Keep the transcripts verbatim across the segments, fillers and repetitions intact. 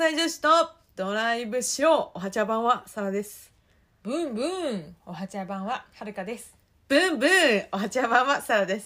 代女子とドライブしよう。おはちゃ版はサラです。 ブンブンおはちゃ版ははるかです。 ブンブンおはちゃ版はサラです。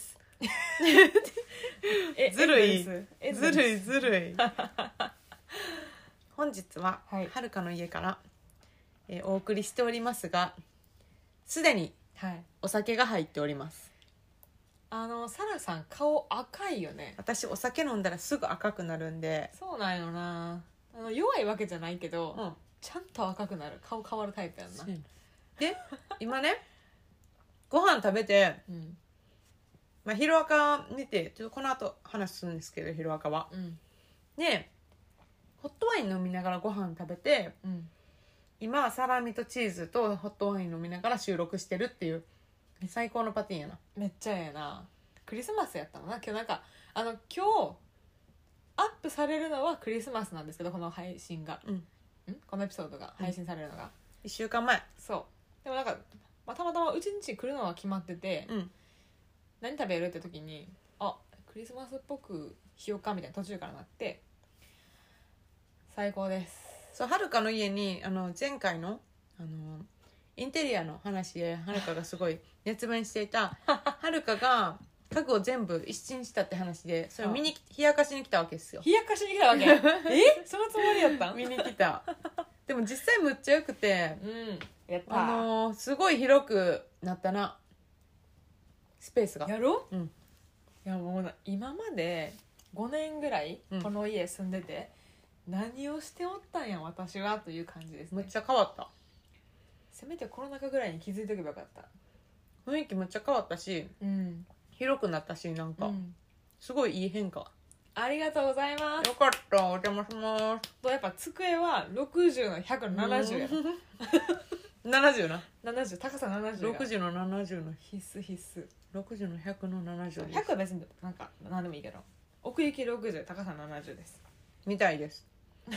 ずるいずるいずるい本日は、はい、はるかの家から、えー、お送りしておりますが、すでにお酒が入っております。 あのサラさん顔赤いよね。 私お酒飲んだらすぐ赤くなるんで。 そうなんよな。あの弱いわけじゃないけど、 うん、 ちゃんと赤くなる。顔変わるタイプやんな。 で今ねご飯食べて、うんまあ、ヒロアカ見てちょっとこの後話するんですけど、ヒロアカは、うん、でホットワイン飲みながらご飯食べて、うん、今はサラミとチーズとホットワイン飲みながら収録してるっていう最高のパティーンやな。 めっちゃええな。クリスマスやったもんな。今日なんかあの今日アップされるのはクリスマスなんですけど、この配信が、うん、んこのエピソードが配信されるのが、うん、 いっしゅうかんまえ。 そうでもなんか、まあ、たまたまうちんち来るのは決まってて、うん、何食べるって時にあクリスマスっぽくしようかみたいな途中からなって最高です。 そうはるかの家にあの前回のあのインテリアの話ではるかがすごい熱弁していたはるかが家具を全部一新したって話で、それを見に冷やかしに来たわけですよ。 冷やかしに来たわけえそのつもりやったん見に来た。でも実際むっちゃよくて、うん、 やったあのー、すごい広くなったな、スペースが。 やろ、うん、いやもう今までごねんぐらいこの家住んでて、うん、何をしておったんや私はという感じですね。 めっちゃ変わった。 せめてコロナ禍ぐらいに気づいておけばよかった。 雰囲気めっちゃ変わったし、うん、広くなったし、なんか、うん、すごいいい変化。 ありがとうございます。 よかった、お邪魔します。 とやっぱ机はろくじゅうのひゃくのななじゅうやななじゅうなななじゅう高さななじゅうろくじゅうのななじゅうの必須必須ろくじゅうのひゃくのななじゅうです。 ひゃくは別になんか何でもいいけど奥行きろくじゅう高さななじゅうですみたいです。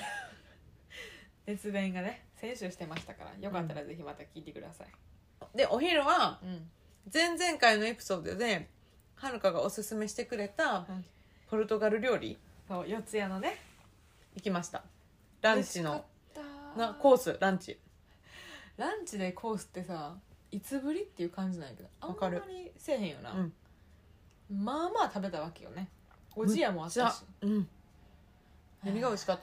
熱弁がね先週してましたから、よかったらぜひまた聞いてください、 うん、でお昼は、うん、前々回のエピソードではるかがおすすめしてくれた、うん、ポルトガル料理、 そう四谷のね行きました。ランチのなコース、ランチランチでコースってさいつぶりっていう感じなんやけど、あんまりせえへんよな、うん、まあまあ食べたわけよね。おじやもあったし、うん、 何が美味しかった？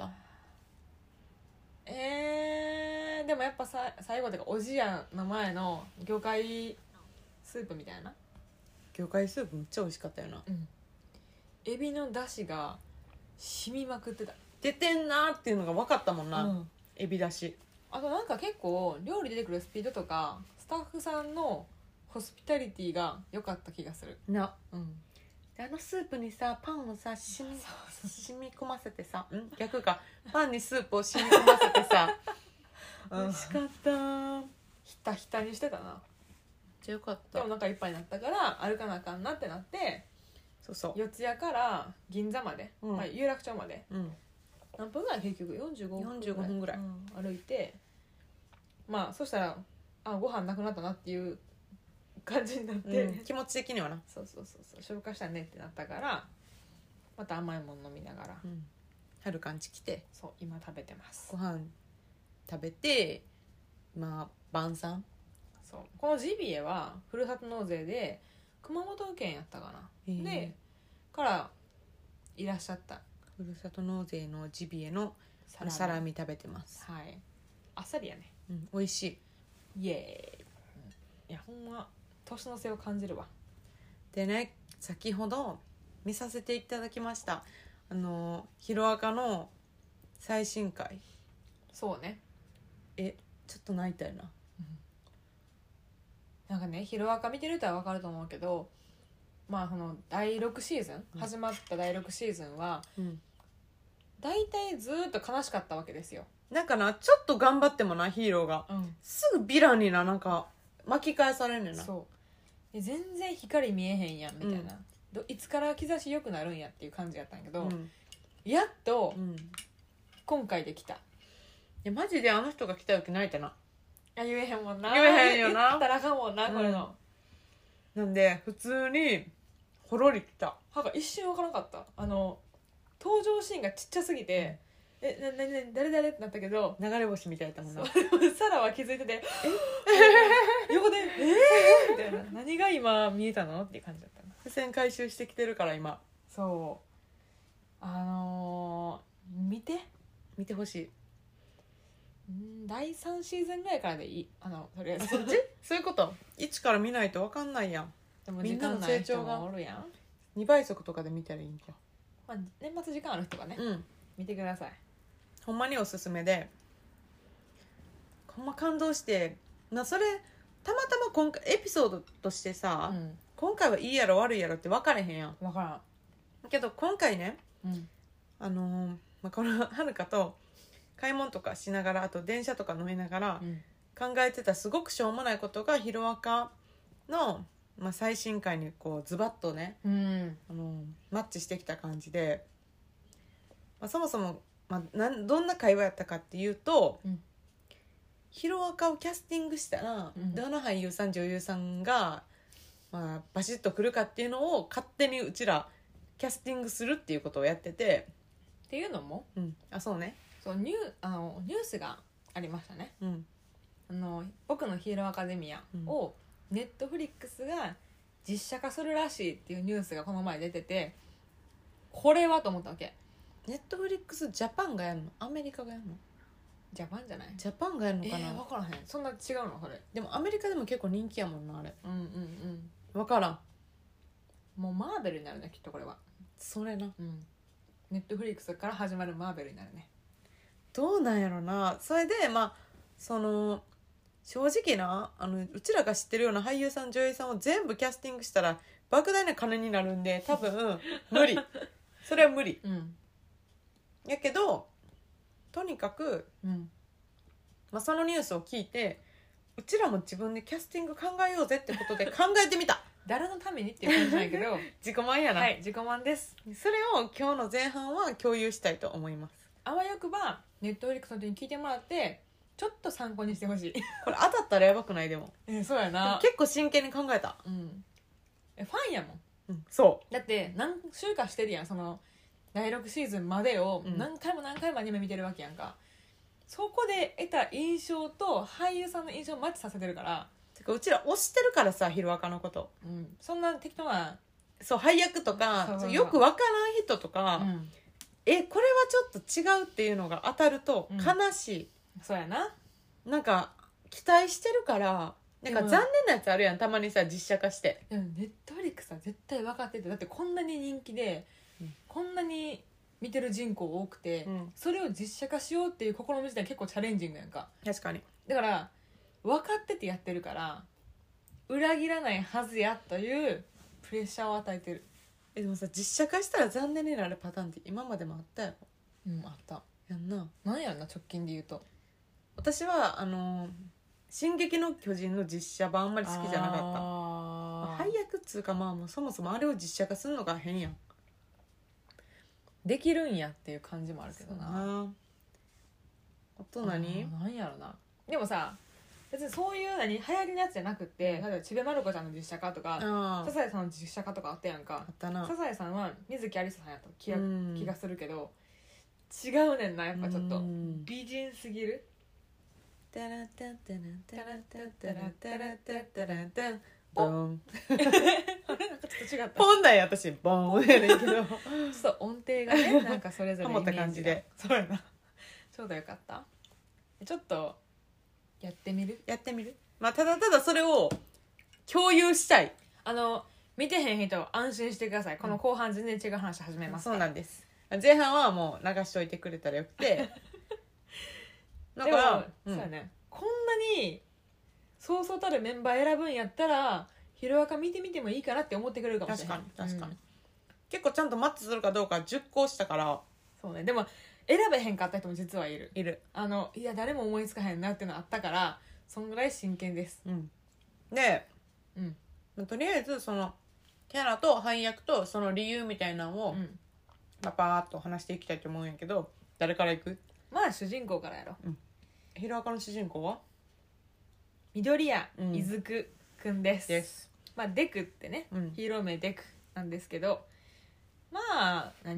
えー、でもやっぱさ最後というかおじやの前の魚介スープみたいな、 魚介スープめっちゃ美味しかったよな、うん、 エビの出汁が染みまくってた。 出てんなーっていうのが分かったもんな、うん、エビ出汁。 あとなんか結構料理出てくるスピードとかスタッフさんのホスピタリティが良かった気がするな、うん、であのスープにさパンをさ染み、染み込ませてさん逆かパンにスープを染み込ませてさ美味しかった。 ひたひたにしてたな。めっちゃよかった。 でもお腹いっぱいになったから歩かなあかんなってなって、 そうそう四谷から銀座まで、うんまあ、有楽町まで、うん、何分ぐらい結局よんじゅうごふんぐらい、 よんじゅうごふんぐらい、 うん、歩いて、まあそしたらあご飯なくなったなっていう感じになって、 うん、気持ち的にはなそうそうそうそう消化したねってなったからまた甘いもの飲みながら、うん、 はるかんち来て、 そう今食べてます。 ご飯食べてまあ晩餐。 そうこのジビエはふるさと納税で熊本県やったかな、えー、でからいらっしゃったふるさと納税のジビエのサラミ、サラミ食べてます。 はい、あっさりやね、 うん、美味しい。イエーイ、いやほんま年の瀬を感じるわ。 でね先ほど見させていただきましたあのヒロアカの最新回。 そうね、 えちょっと泣いたよな、うん、 なんかねヒロアカ見てる人は分かると思うけど、まあそのだいろくシーズン、うん、始まっただいろくシーズンは、うん、だいたいずっと悲しかったわけですよ。 なんかなちょっと頑張ってもなヒーローが、うん、すぐヴィランにななんか巻き返されんねんな。 そう全然光見えへんやんみたいな、うん、いつから兆し良くなるんやっていう感じやったんやけど、うん、やっと、うん、今回できた。 いやマジであの人が来た時泣いたな。 あ言えへんもんな。 言えへんよな。 言ったらあかんもんな、うん、これの。 なんで普通にほろり来た。 なんか一瞬分からなかった。あの登場シーンがちっちゃすぎて、 えななな誰誰ってなったけど流れ星みたいだったもんな。 サラは気づいててえ横でえーみたいな何が今見えたのっていう感じだったな。 伏線回収してきてるから今そうあのー、見て見てほしい。 んだいさんシーズンぐらいからでいいあのとりあえずそっちそういうこといちから見ないと分かんないやん。 でも時間ない人もおるやん。 にばい速とかで見たらいいんじまあ、年末時間ある人がね、 ゃん。うん見てください。 ほんまにおすすめでほんま感動してな。それたまたま今回エピソードとしてさ、 うん、 今回はいいやろ悪いやろって分かれへんやん。 分からんけど今回ね、 うん、 あのーまあ、このはるかと買い物とかしながらあと電車とか乗りながらうん考えてたすごくしょうもないことがヒロアカの、まあ、最新回にこうズバッとね、 うんあのーマッチしてきた感じで、まあ、そもそも、まあ、なんどんな会話やったかっていうと、 うんヒロアカをキャスティングしたら、 うん、 どの俳優さん女優さんが、まあ、バシッとくるかっていうのを勝手にうちらキャスティングするっていうことをやってて、 っていうのもうん、あそうね、 そうニューあのニュースがありましたね。 うん、 あの僕のヒーローアカデミアをネットフリックスが実写化するらしいっていうニュースがこの前出てて、これはと思ったわけ。 ネットフリックスジャパンがやるのアメリカがやるのジャパンじゃない？ ジャパンがやるのかな、 えー、分からへん。そんな違うのそれ。 でもアメリカでも結構人気やもんなあれ。 うんうんうん分からん。 もうマーベルになるねきっとこれは。 それなうんネットフリックスから始まるマーベルになるね。 どうなんやろな。それでまあその正直なあのうちらが知ってるような俳優さん女優さんを全部キャスティングしたら莫大な金になるんで多分無理それは無理うんやけどとにかく、 うんまあ、そのニュースを聞いてうちらも自分でキャスティング考えようぜってことで考えてみた誰のためにっていう感じなんやけど自己満やな、 はい自己満です。 それを今日の前半は共有したいと思います。 あわよくばネットフリックスの人に聞いてもらってちょっと参考にしてほしいこれ当たったらやばくない？でもえそうやでもな。 結構真剣に考えた、 うんえファンやもん。 うん、そだって何週かしてるやん。そのだいろくシーズンまでをうん何回も何回もアニメ見てるわけやんか。そこで得た印象と俳優さんの印象をマッチさせてるから、 うてかうちら推してるからさヒロアカのことうん、そんな適当な、 そう配役とかそうそうそうよくわからん人とか、 うん、 えこれはちょっと違うっていうのが当たるとうん悲しそうやな。 い、なんか期待してるからなんかでも残念なやつあるやんたまにさ実写化してでもネットフリックスは絶対分かってて、だってこんなに人気で、 うんこんなに見てる人口多くて、 うんそれを実写化しようっていう試み自体結構チャレンジングやんか。 確かにだから分かっててやってるから裏切らないはずやというプレッシャーを与えてる。 えでもさ実写化したら残念になるパターンって今までもあったやろうんあった。 やんな。 なんやろな直近で言うと私はあのー進撃の巨人の実写版あんまり好きじゃなかった。 あー配役っつうかまあもうそもそもあれを実写化するのが変やん。 できるんやっていう感じもあるけどな。 なあと何あーなんやろな。でもさ別にそういう何流行りのやつじゃなくって、例えばちびまる子ちゃんの実写化とかあサザエさんの実写化とかあったやんか。 あったなサザエさんは水木有沙さんやった気がうん気がするけど違うねんなやっぱちょっとうん美人すぎる。 タラタタラタラタラタラタラタラタラボンあれなんかちょっと違った。 ポンだよ私ボンやねんけどちょっと音程がねなんかそれぞれハモった感じでそうやなちょうどよかった。ちょっとやってみる。 やってみる。まあただただそれを共有したい。 あの見てへん人安心してください。この後半全然違う話始めますから。 そうなんです。前半はもう流しといてくれたらよくてだでも、 からそうやね、こんなにそうそうたるメンバー選ぶんやったらヒロアカ見てみてもいいかなって思ってくれるかもしれない。 確かに確かに、 うん結構ちゃんとマッチするかどうか熟考したからそうね。でも選べへんかった人も実はいる。 いる。 あのいや誰も思いつかへんなっていうのあったからそんぐらい真剣です。 うんで、 うんまあとりあえずそのキャラと配役とその理由みたいなのを、 うんまあ、パーッと話していきたいと思うんやけど誰からいく？ まあ主人公からやろ。 ヒロアカの主人公は緑谷うんいずくくんです。 です。 まあデクってね、 うんヒーロー名デクなんですけど、まあ何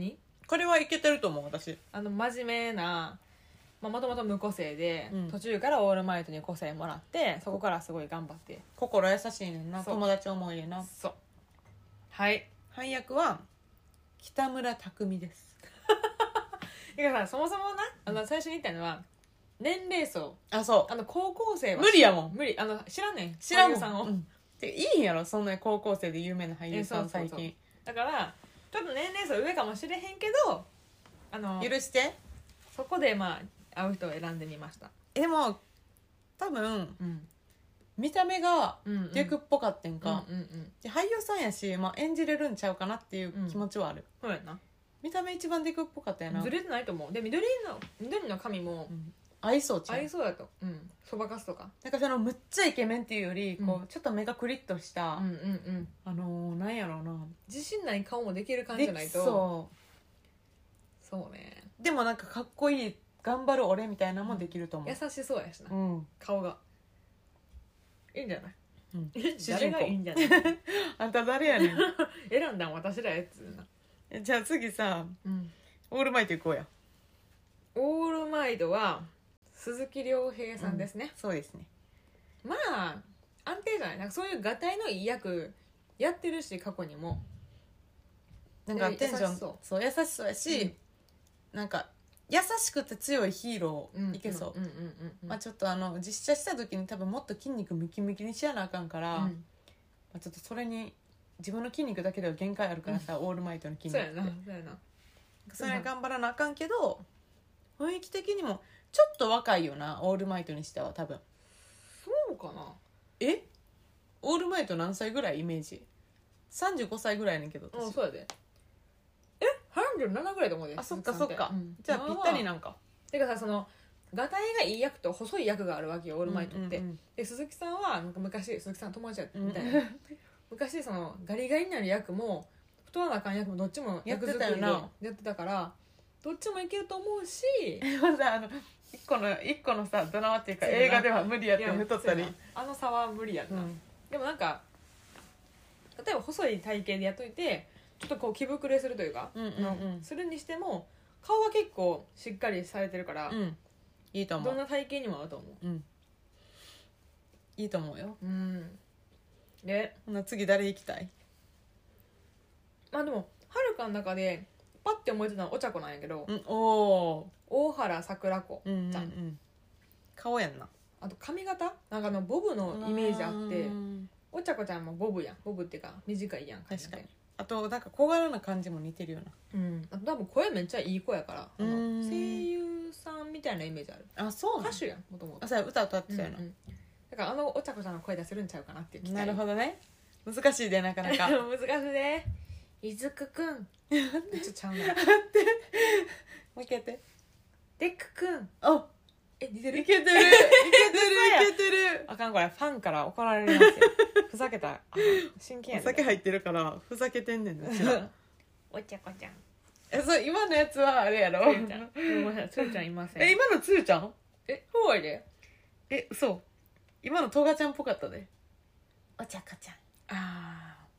これはいけてると思う私。 あの真面目なもともと無個性で、 うん途中からオールマイトに個性もらってそこからすごい頑張って心優しいねんな。 そう友達思いやな。 そうはい配役は北村匠海です。 だからさそもそもなあの最初に言ったのは年齢層あ、そうあの高校生は無理やもん。 無理あの知らんねん知らんもん。 俳優さんを、 うん、ていいんやろそんな高校生で有名な俳優さんえそうそうそう最近。 だからちょっと年齢層上かもしれへんけどあの許してそこでまあ会う人を選んでみました。 でも多分うん見た目がうんうんデクっぽかってんか、 うんうんうんで俳優さんやし、まあ、演じれるんちゃうかなっていう気持ちはある、 そうやな見た目一番デクっぽかったやな。 ずれてないと思う。で緑の緑の髪もうん合いそうちゃう。 合いそうだとうんそばかすとかなんかそのむっちゃイケメンっていうより、こううちょっと目がクリッとした、 うんうんうんあのー、なんやろうな、 自信ない顔もできる感じできじゃないとそそうねう。でもなんかかっこいい頑張る俺みたいなのもできると思う。 優しそうやしな、 うん、 顔がいいんじゃない、 うん、 誰がいいんじゃないあんた誰やねん。 選んだん私らやつな、 じゃあ次さうん、 オールマイト行こうや。 オールマイドは鈴木亮平さんですね、 そうですね。 まあ安定じゃないなんかそういうがたいのいい役やってるし過去にもなんかでテンション優しそうそう優しそうやし、なんか優しくて強いヒーローいけそう、 うんうんうんうんまあ、ちょっとあの実写した時に多分もっと筋肉ムキムキにしやなあかんから、まうんあ、ちょっとそれに自分の筋肉だけでは限界あるからさ、オールマイトの筋肉ってそうやなそうやなそれ頑張らなあかんけど雰囲気的にもちょっと若いよなオールマイトにしては多分。 そうかなえオールマイト何歳ぐらいイメージさんじゅうごさいぐらいやねんけど私、 うんそうやでえさんじゅうななぐらいと思うであそっかそっか、 うんじゃあぴったりなんか。 てかさそのがたいがいい役と細い役があるわけよオールマイトって、 うんうんで鈴木さんはなんか昔鈴木さんの友達やったうんみたいな、昔そのガリガリになる役も太らなあかん役もどっちも役作りでやってたよなやってたからどっちもいけると思うしでもさあの一個の一個のさドラマっていうか映画では無理やって太ったり、 いやあの差は無理やんな、 うんでもなんか例えば細い体型でやっといてちょっとこう気膨れするというか、 うんうんうんあのするにしても顔は結構しっかりされてるから、 うんいいと思う。 どんな体型にも合うと思うんいいと思うよ。 ううんでほな次誰行きたい？ まあでもはるかの中でパッて思いついたのはお茶子なんやけど、 うんおお大原桜子うんうんうちゃん、 ん顔やんな。 あと髪型なんかあのボブのイメージあってうんお茶子ちゃんもボブやんボブっていうか短いやん確かに。あとなんか小柄な感じも似てるようんあと多分声めっちゃいい子やからあのうん声優さんみたいなイメージあるな。あそうなん歌手やんもともとあそうや歌歌ってたよな、 だからあのお茶子ちゃんの声出せるんちゃうかなっていう期待なるほどね。難しいでなかなか難しいねいずくくんちょっとちゃうなもう一回やって。 デックくんあえ似てるいけてるいけてるいけてる。 あかんこれファンから怒られますよふざけたあの真剣やでお酒入ってるからふざけてんねんなうちらお茶子ちゃんえそう今のやつはあれやろ。 つーちゃんごめんなさいつーちゃんいませんえ今のつーちゃん？ えそうやでえそう今のトガちゃんっぽかったで。お茶子ちゃん。 ああ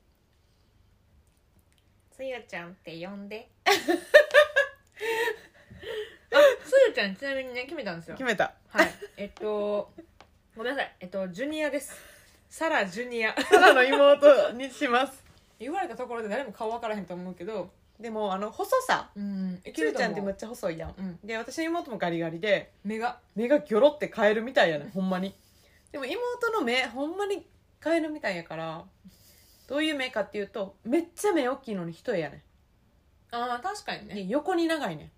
つゆちゃんって呼んであつゆちゃんちなみにね決めたんですよ決めた。 はいえっとごめんなさいえっとジュニアですサラジュニアただの妹にします。 言われたところで誰も顔分からへんと思うけどでもあの細さうんいつーちゃんってめっちゃ細いやん、 うんで私の妹もガリガリで目が目がギョロってカエルみたいやねんほんまに。でも妹の目ほんまにカエルみたいやからどういう目かっていうとめっちゃ目大きいのに一重やねああ確かにん、 ねで横に長いねん。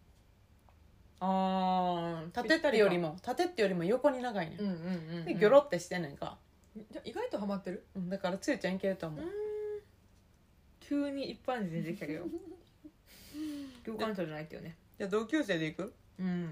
ああ縦ってよりも縦ってよりも横に長いねん、 うんうんうん、うん、 でギョロってしてんねんか、 じゃ意外とハマってるうんだからつーちゃんいけると思う、 急に一般人出てきたけど共感者じゃないってよねじゃあ同級生で行く？ うん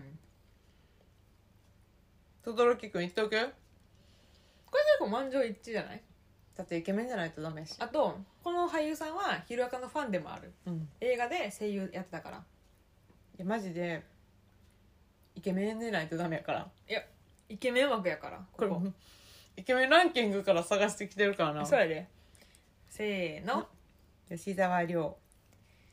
轟くん行っとく？ これ結構満場一致じゃないだってイケメンじゃないとダメやし。 あとこの俳優さんはヒロアカのファンでもあるうん映画で声優やってたからいやマジでイケメンでないとダメやからいやイケメン枠やからこれここイケメンランキングから探してきてるからな。 そうやでせーの吉沢亮。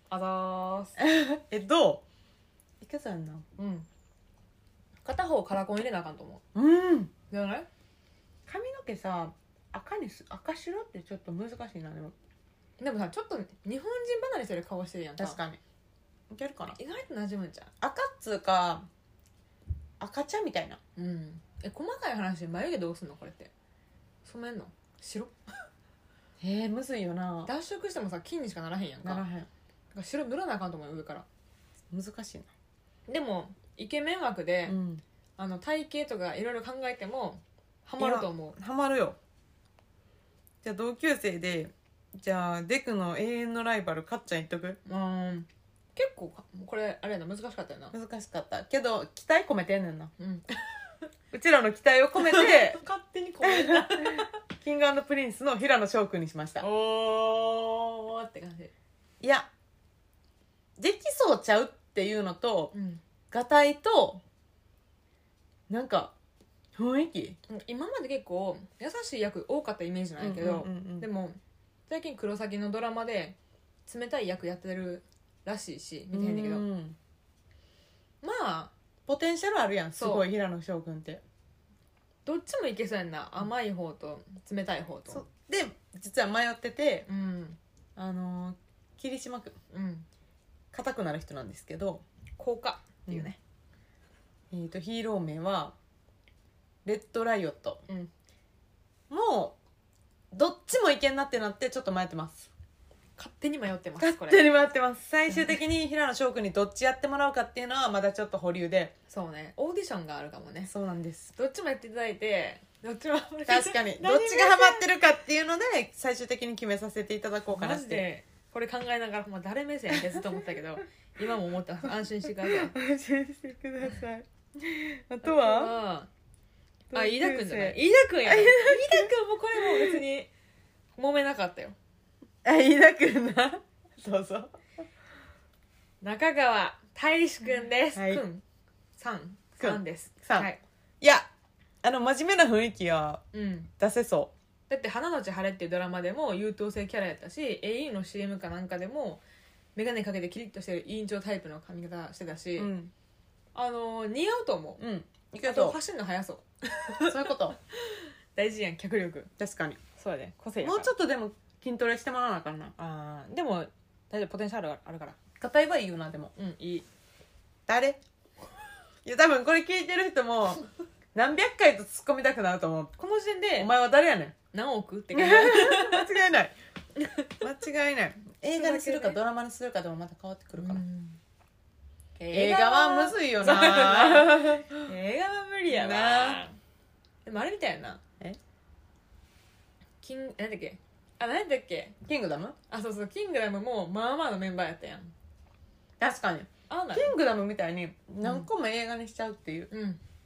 あざーすえどういけそうやんな。 うん片方カラコン入れなあかんと思う。 うんじゃない？ 髪の毛さ赤にす赤白ってちょっと難しいな。でもでもさちょっと日本人離れしてる顔してるやんか。 確かにいけるかな。 意外と馴染むんちゃ赤っつうか赤茶みたいな。 う。うんえ細かい話で眉毛どうすんのこれって。染めんの？白？ えー、むずいよな。 脱色してもさ金にしかならへんやんか。 ならへん。 だから白塗らなあかんと思うよ上から。 難しいな。 でもイケメン枠で、 うん、 あの体型とかいろいろ考えてもハマると思う。 ハマるよ。じゃあ同級生でじゃあデクの永遠のライバルかっちゃん言っとく。 うん結構これあれやな難しかったよな。 難しかったけど期待込めてんねんな。 うんうちらの期待を込めて勝手にこめたキング&プリンスの平野翔くんにしました。 おーって感じ。 いやできそうちゃうっていうのと、 うん、 がたいとなんか雰囲気今まで結構優しい役多かったイメージなんやけど、 うんうんうんうん、 でも最近黒崎のドラマで冷たい役やってるらしいし見てへんねんけど、まあポテンシャルあるやんすごい平野翔くんって。 どっちもいけそうやんな。甘い方と冷たい方と。 で実は迷ってて、 うん、 あの霧島くんうん硬くなる人なんですけど効果っていうね、 うんえー、とヒーロー名はレッドライオット、 うん、 もうどっちもいけんなってなってちょっと迷ってます。 勝手に迷ってます。 勝手に迷ってます。最終的に平野翔くんにどっちやってもらうかっていうのはまだちょっと保留で。 そうねオーディションがあるかもね。 そうなんです。 どっちもやっていただいてどっちも確かにどっちがハマってるかっていうので最終的に決めさせていただこうかなって。 マジでこれ考えながら、まあ、誰目線ってずっと思ったけど今も思ってます。安心してください。 安心してください。あとはあ飯田くんじゃない飯田くんやね飯田くんもこれもう別に揉めなかったよ。 あ飯田くんなそうそう中川大志くんです、 はい、 くんさんさんですさん、 はい、 いやあの真面目な雰囲気はうん出せそう、 だって花のち晴れっていうドラマでも優等生キャラやったし エーイー の シーエム かなんかでも眼鏡かけてキリッとしてる委員長タイプの髪型してたし、 うん、 あの似合うと思う。 うんいあと走るの速そうそういうこと大事やん脚力。 確かにそうやね個性やからもうちょっとでも筋トレしてもらわなあかんな。 あーでも大丈夫ポテンシャルあるから硬いはいいよな。でもうんいい。 誰いや多分これ聞いてる人も何百回と突っ込みたくなると思う。 この時点でお前は誰やねん何億って感じ間違いない間違いない。映画にするかドラマにするかでもまた変わってくるから、映画はむずいよな映画は無理やなな。でもあれみたいやな。 えキン何だっけあ何だっけキングダムあそうそうキングダムもまあまあのメンバーやったやん。 確かにあなキングダムみたいに何個も映画にしちゃうっていう、 うん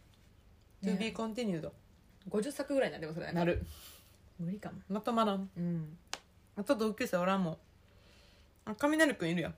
To be continued ごじゅっさくぐらいなんでもそれなる。 無理かも。 まとまらん。 うんあと同級生おらんもん。あ雷くんいるやん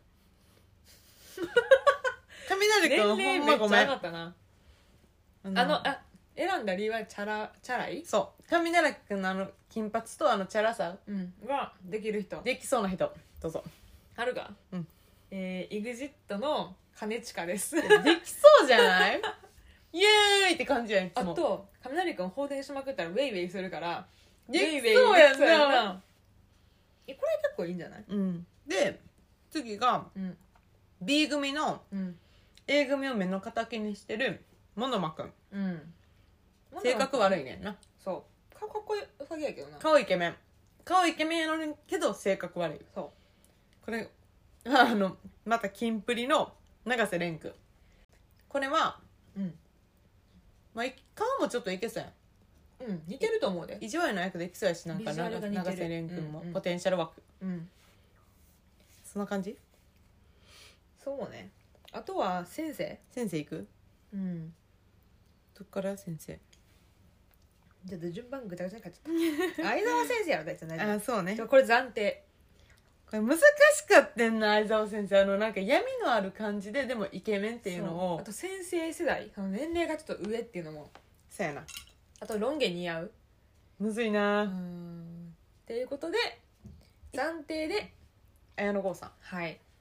雷くんほんまごめん。 かったなああのあ選んだ理由はチャラチャラいそう雷くんのあの金髪とあのチャラさうんができる人できそうな人どうぞ。 あるがうんえー、イグジットの兼近ですできそうじゃないイエーイって感じやんいつも。 あと雷くん放電しまくったらウェイウェイするからできウェイウェイそうやんできそうな。 えこれ結構いいんじゃないうんで次がうん B 組のうん A 組を目の敵にしてるモノマくん。 うん性格悪いねんな。 そう顔かっこよさげやけどな。 顔イケメン顔イケメンやのにけど性格悪い。 そうこれあのまたキンプリの永瀬廉君。これは、 うんまあ、顔もちょっといけそうやん。 うん似てると思うで。 意地悪な役できそうやしなんかビジュアルが似てる永瀬廉君もうんうんポテンシャル枠、 うんそんな感じ。 そうね。あとは先生先生いくうんどっから先生。 ちょっと順番ぐちゃぐちゃに変っちゃった相沢先生やろ大体大あそうね。 丈夫これ暫定。 これ難しかってんな相沢先生。あのなんか闇のある感じででもイケメンっていうのを。 そうあと先生世代その年齢がちょっと上っていうのも。 そうやな。 あとロン毛似合うむずいな。 うんっていうことで暫定で綾野剛さん。 はい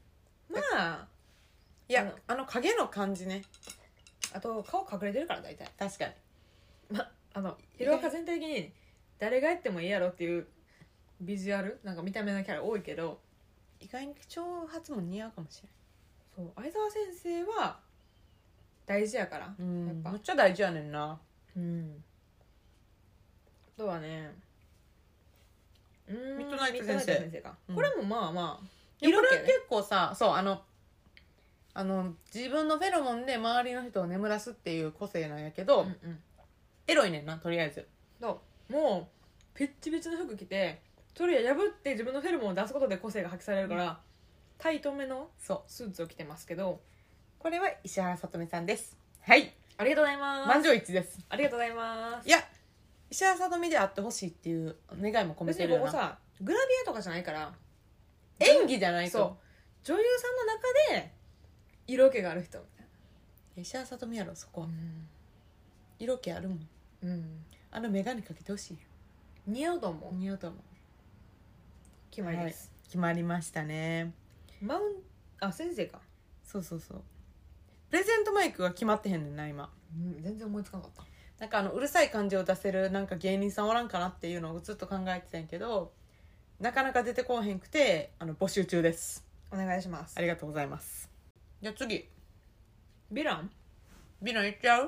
まあいやあの影の感じね。 あと顔隠れてるから大体。 確かに。 まあのヒロアカ全体的に誰がやってもいいやろっていうビジュアルなんか見た目のキャラ多いけど、 意外に長髪も似合うかもしれそう相沢先生は大事やから、 ない。うん、 やっぱめっちゃ大事やねんな。 うんあとはねうーんミッドナイト先生ミッドナイト先生か、 うんこれもまあまあいやこれはね結構さ、そうあのあの自分のフェロモンで周りの人を眠らすっていう個性なんやけど、 うんうんエロいねんなとりあえず。 そうもうピッチピチの服着てそれ破って自分のフェロモンを出すことで個性が発揮されるから、うん、タイトめのそうスーツを着てますけど、 これは石原さとみさんです。はい、 ありがとうございます。 満場一致です。 ありがとうございます。 いや石原さとみであってほしいっていう願いも込めてるよな。 別にここさグラビアとかじゃないから演技じゃないと。 そう女優さんの中で色気がある人みたいな。石原さとみやろそこは、 うん、 色気あるもん、うん、あの眼鏡かけてほしい。 似合うと思う。 似合うと思う。 決まりです、 はい、決まりましたね。 マウンあ先生か。 そうそうそう。プレゼントマイクが決まってへんねんな今、 うん、全然思いつかなかった。 なんかあのうるさい感じを出せるなんか芸人さんおらんかなっていうのをずっと考えてたんやけど、なかなか出てこへんくてあの募集中です。 お願いします。 ありがとうございます。じゃあ次ヴィランヴィランいっちゃう。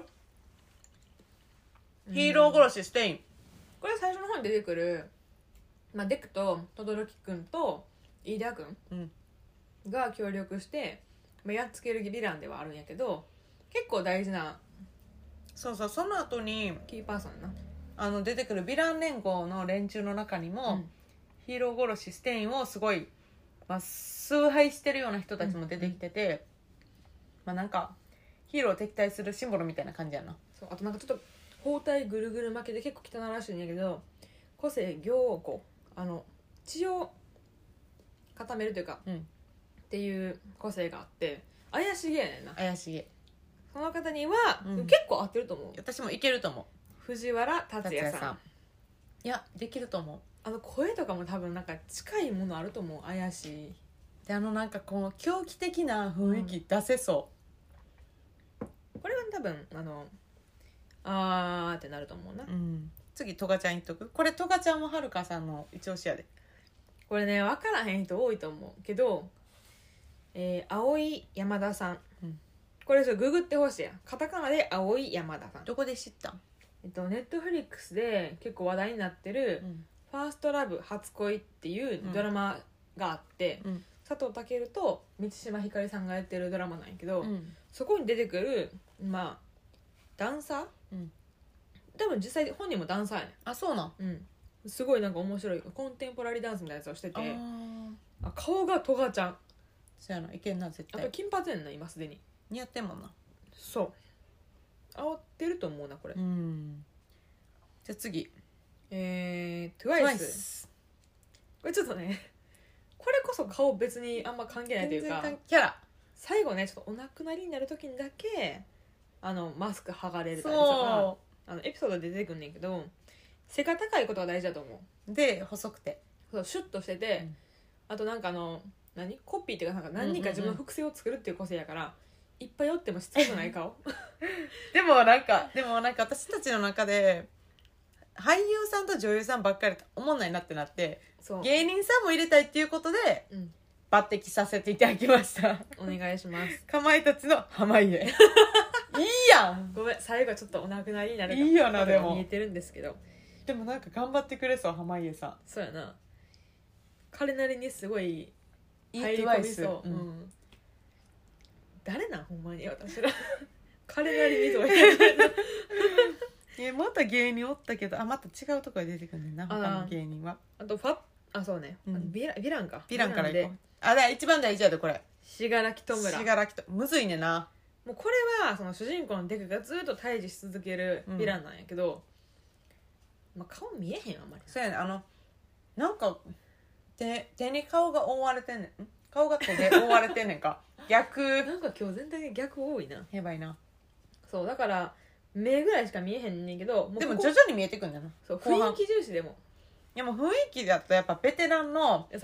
ヒーロー殺しステイン。 これ最初の方に出てくる、まあ、デクと轟くんと飯田くんが協力して、まあ、やっつけるヴィランではあるんやけど結構大事な。 そうそう、その後にキーパーソンやな。 あの出てくるヴィラン連合の連中の中にも、うん、ヒーロー殺しステインをすごい、まあ、崇拝してるような人たちも出てきてて、うん、まあなんかヒーローを敵対するシンボルみたいな感じやな。 そうあとなんかちょっと包帯ぐるぐる巻きで結構汚らしいんやけど個性凝固あの血を固めるというか、うん、っていう個性があって怪しげやねんな。 怪しげ。 その方には、うん、結構合ってると思う。 私もいけると思う。 藤原竜也さん。 いやできると思う。 あの声とかも多分なんか近いものあると思う。怪しいであのなんかこの狂気的な雰囲気出せそう、 うん、これは多分あのあーってなると思うな、 うん、次トガちゃん言っとく。これトガちゃんもはるかさんの一押しやで。 これね分からへん人多いと思うけど、えー、青い山田さん、うん、これちょっとググってほしいや。カタカナで青い山田さん。 どこで知ったん？ えっとネットフリックスで結構話題になってる、うん、ファーストラブ初恋っていうドラマがあって、うん、佐藤健と満島ひかりさんがやってるドラマなんやけど、うん、そこに出てくるまあダンサー、うん、多分実際本人もダンサーやねん。 あ、そうなん、 うん、すごいなんか面白いコンテンポラリーダンスみたいなやつをしてて、ああ顔がトガちゃん。 そうやな、いけんな絶対。 あと金髪やんな今すでに。 似合ってんもんな。 そう合ってると思うなこれ。うん。 じゃあ次えー、トゥワイス。これちょっとねこれこそ顔別にあんま関係ないというかキャラ最後ねちょっとお亡くなりになる時にだけあのマスク剥がれるたりとかあのエピソードで出てくんねんけど背が高いことが大事だと思う。 で細くてそうシュッとしてて、うん、あとなんかあの何コピーっていうかなんか何人か自分の複製を作るっていう個性やから、うんうんうん、いっぱい寄ってもしつこくない顔でもなんかでもなんか私たちの中で俳優さんと女優さんばっかりおもんないなってなって芸人さんも入れたいっていうことで、うん、抜擢させていただきました。 お願いします。 かまいたちの濱家いいやん。 ごめん最後はちょっとお亡くなりになるかいいよな。でも見えてるんですけどでもなんか頑張ってくれそう濱家さん。 そうやな彼なりにすごい入り込みそう、 うんうん、誰なんほんまに私ら彼なりにとか言ってえまた芸人おったけどあまた違うところで出てくるねんな他の芸人は。 あとファあそうね、うん、ヴィラン、ヴィランかヴィランからいこう。あだ一番大事やでこれ信楽戸村。 信楽とむずいねんな。 もうこれはその主人公のデクがずっと対峙し続けるヴィランなんやけど、うんまあ、顔見えへんあんまり。 そうやねあのなんか手手に顔が覆われてんねん。顔が手で覆われてんねんか逆なんか今日全体的に逆多いな。 やばいな。そうだから目ぐらいしか見えへんねんけどもうここでも徐々に見えてくんだよな。 そう雰囲気重視でもいやもう雰囲気だとやっぱベテランの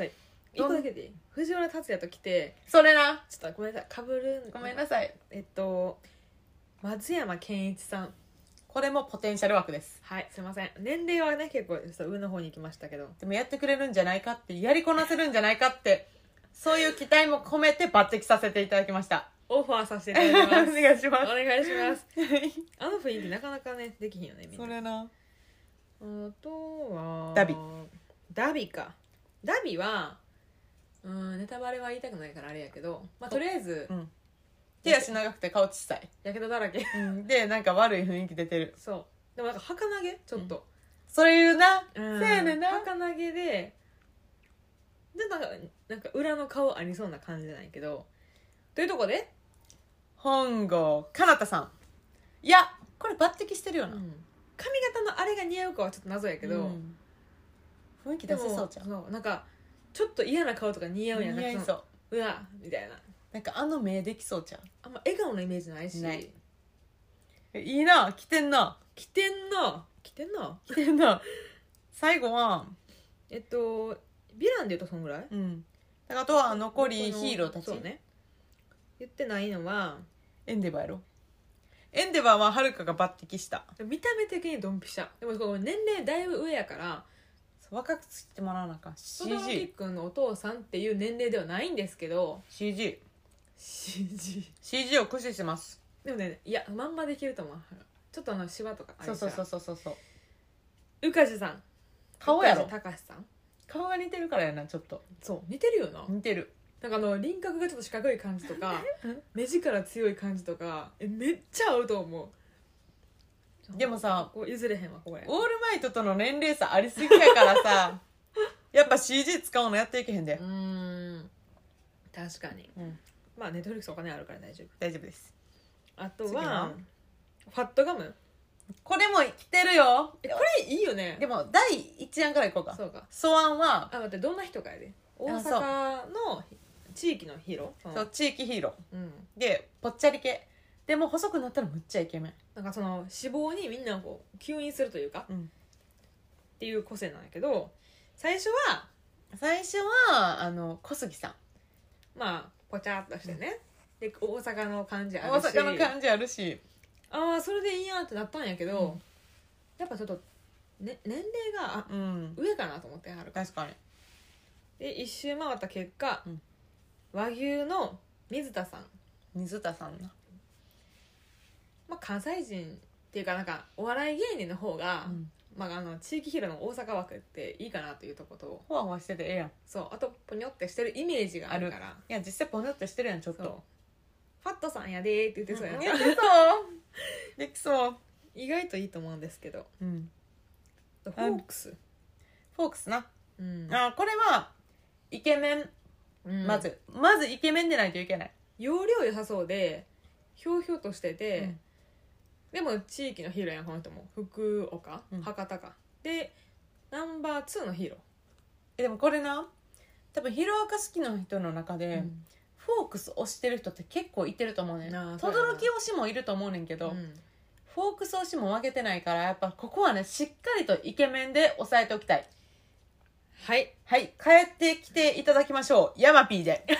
一個だけでいい？藤原竜也と来て、 それな。 ちょっとごめんなさい、かぶる。 ごめんなさい。 えっと松山ケンイチさん。 これもポテンシャル枠です。 はい、すいません。年齢はね結構上の方に行きましたけど、 でもやってくれるんじゃないかって、やりこなせるんじゃないかってそういう期待も込めて抜擢させていただきました。 オファーさせていただきますお願いします。 お願いしますあの雰囲気なかなかねできひんよね、みんな。 それな。 あとはダビダビか。ダビはうんネタバレは言いたくないからあれやけど、まあ、とりあえず、うん、 手足長くて顔小さい、 やけどだらけ、 うん、でなんか悪い雰囲気出てる。 そうでもなんか儚げちょっと、うん、 それ言うな、 うん、 せやねんな。 儚げででなんかなんか裏の顔ありそうな感じじゃないけど、というとこで本郷奏多さん、いやこれ抜擢してるよな、うん、 髪型のあれが似合うかはちょっと謎やけど、うん、 雰囲気出せそうじゃん。 そうなんかちょっと嫌な顔とか似合うやん。 似合いそう。 うわみたいな、 なんかあの目できそうじゃん。 あんま笑顔のイメージないし。ない。 いいな、来てんな来てんな来てんな来てんな最後はえっとヴィランで言うとそんぐらい。うん。 だからあとは残りヒーローたち。 そうね。言ってないのはエンデバーやろ。エンデバーははるかが抜擢した。 見た目的にドンピシャ。でもこ年齢だいぶ上やから若くつってもらわなあかん。 シージー。 戸田真君のお父さんっていう年齢ではないんですけどシージーシージーシージー を駆使してます。 でもね、いやまんまできると思う。ちょっとあのシワとかあるから。 そうそうそうそうそう。 宇梶さん、 顔やろ。 高橋さん顔が似てるからやな。ちょっとそう似てるよな。 似てる。 なんかあの輪郭がちょっと四角い感じとか目力強い感じとかえめっちゃ合うと思う。 でもさこう譲れへんわこれ。 オールマイトとの年齢差ありすぎやからさやっぱ シージー 使うのやっていけへんで。 うーん確かに、うん、まあネットフリックスお金あるから大丈夫大丈夫です。 あとはファットガム、 これも来てるよ。 えこれいいよね。 でもだいいち案からいこうか。 そうか。 素案はあ待ってどんな人かやで。大阪の地域のヒーロー。そう地域ヒーロー、うん、でぽっちゃり系でも細くなったらむっちゃイケメン。 なんかその脂肪にみんなこう吸引するというか、うん、っていう個性なんやけど、最初は最初はあの小杉さん、 まあぽちゃっとしてね、うん、で大阪の感じあるし大阪の感じあるし、 ああそれでいいやってなったんやけど、うん、やっぱちょっと、ね、年齢が、うん、上かなと思ってはる。 確かに。 で一周回った結果、うん、和牛の水田さん。 水田さんな、 まあ、関西人っていうかなんかお笑い芸人の方が、うんまあ、あの地域ヒーローの大阪枠っていいかなというところと、 ほわほわしててええやん。 そうあとポニョってしてるイメージがあるから。いや実際ポニョってしてるやん。ちょっとファットさんやでーって言ってそうやん、 うん、やってそうできそう。 意外といいと思うんですけど、うん、フォークスフォークスな、うん、あこれはイケメン、うん、まずまずイケメンでないといけない。 容量良さそうでひょうひょうとしてて、うん、でも地域のヒーローやんこの人も。福岡、うん、博多かでナンバーツーのヒーロー。 えでもこれな多分ヒロアカ好きな人の中で、うん、フォークス推してる人って結構いてると思うねん。轟推しもいると思うねんけど、うん、フォークス推しも負けてないからやっぱここはねしっかりとイケメンで抑えておきたい。 はいはい帰ってきていただきましょう。ヤマピーで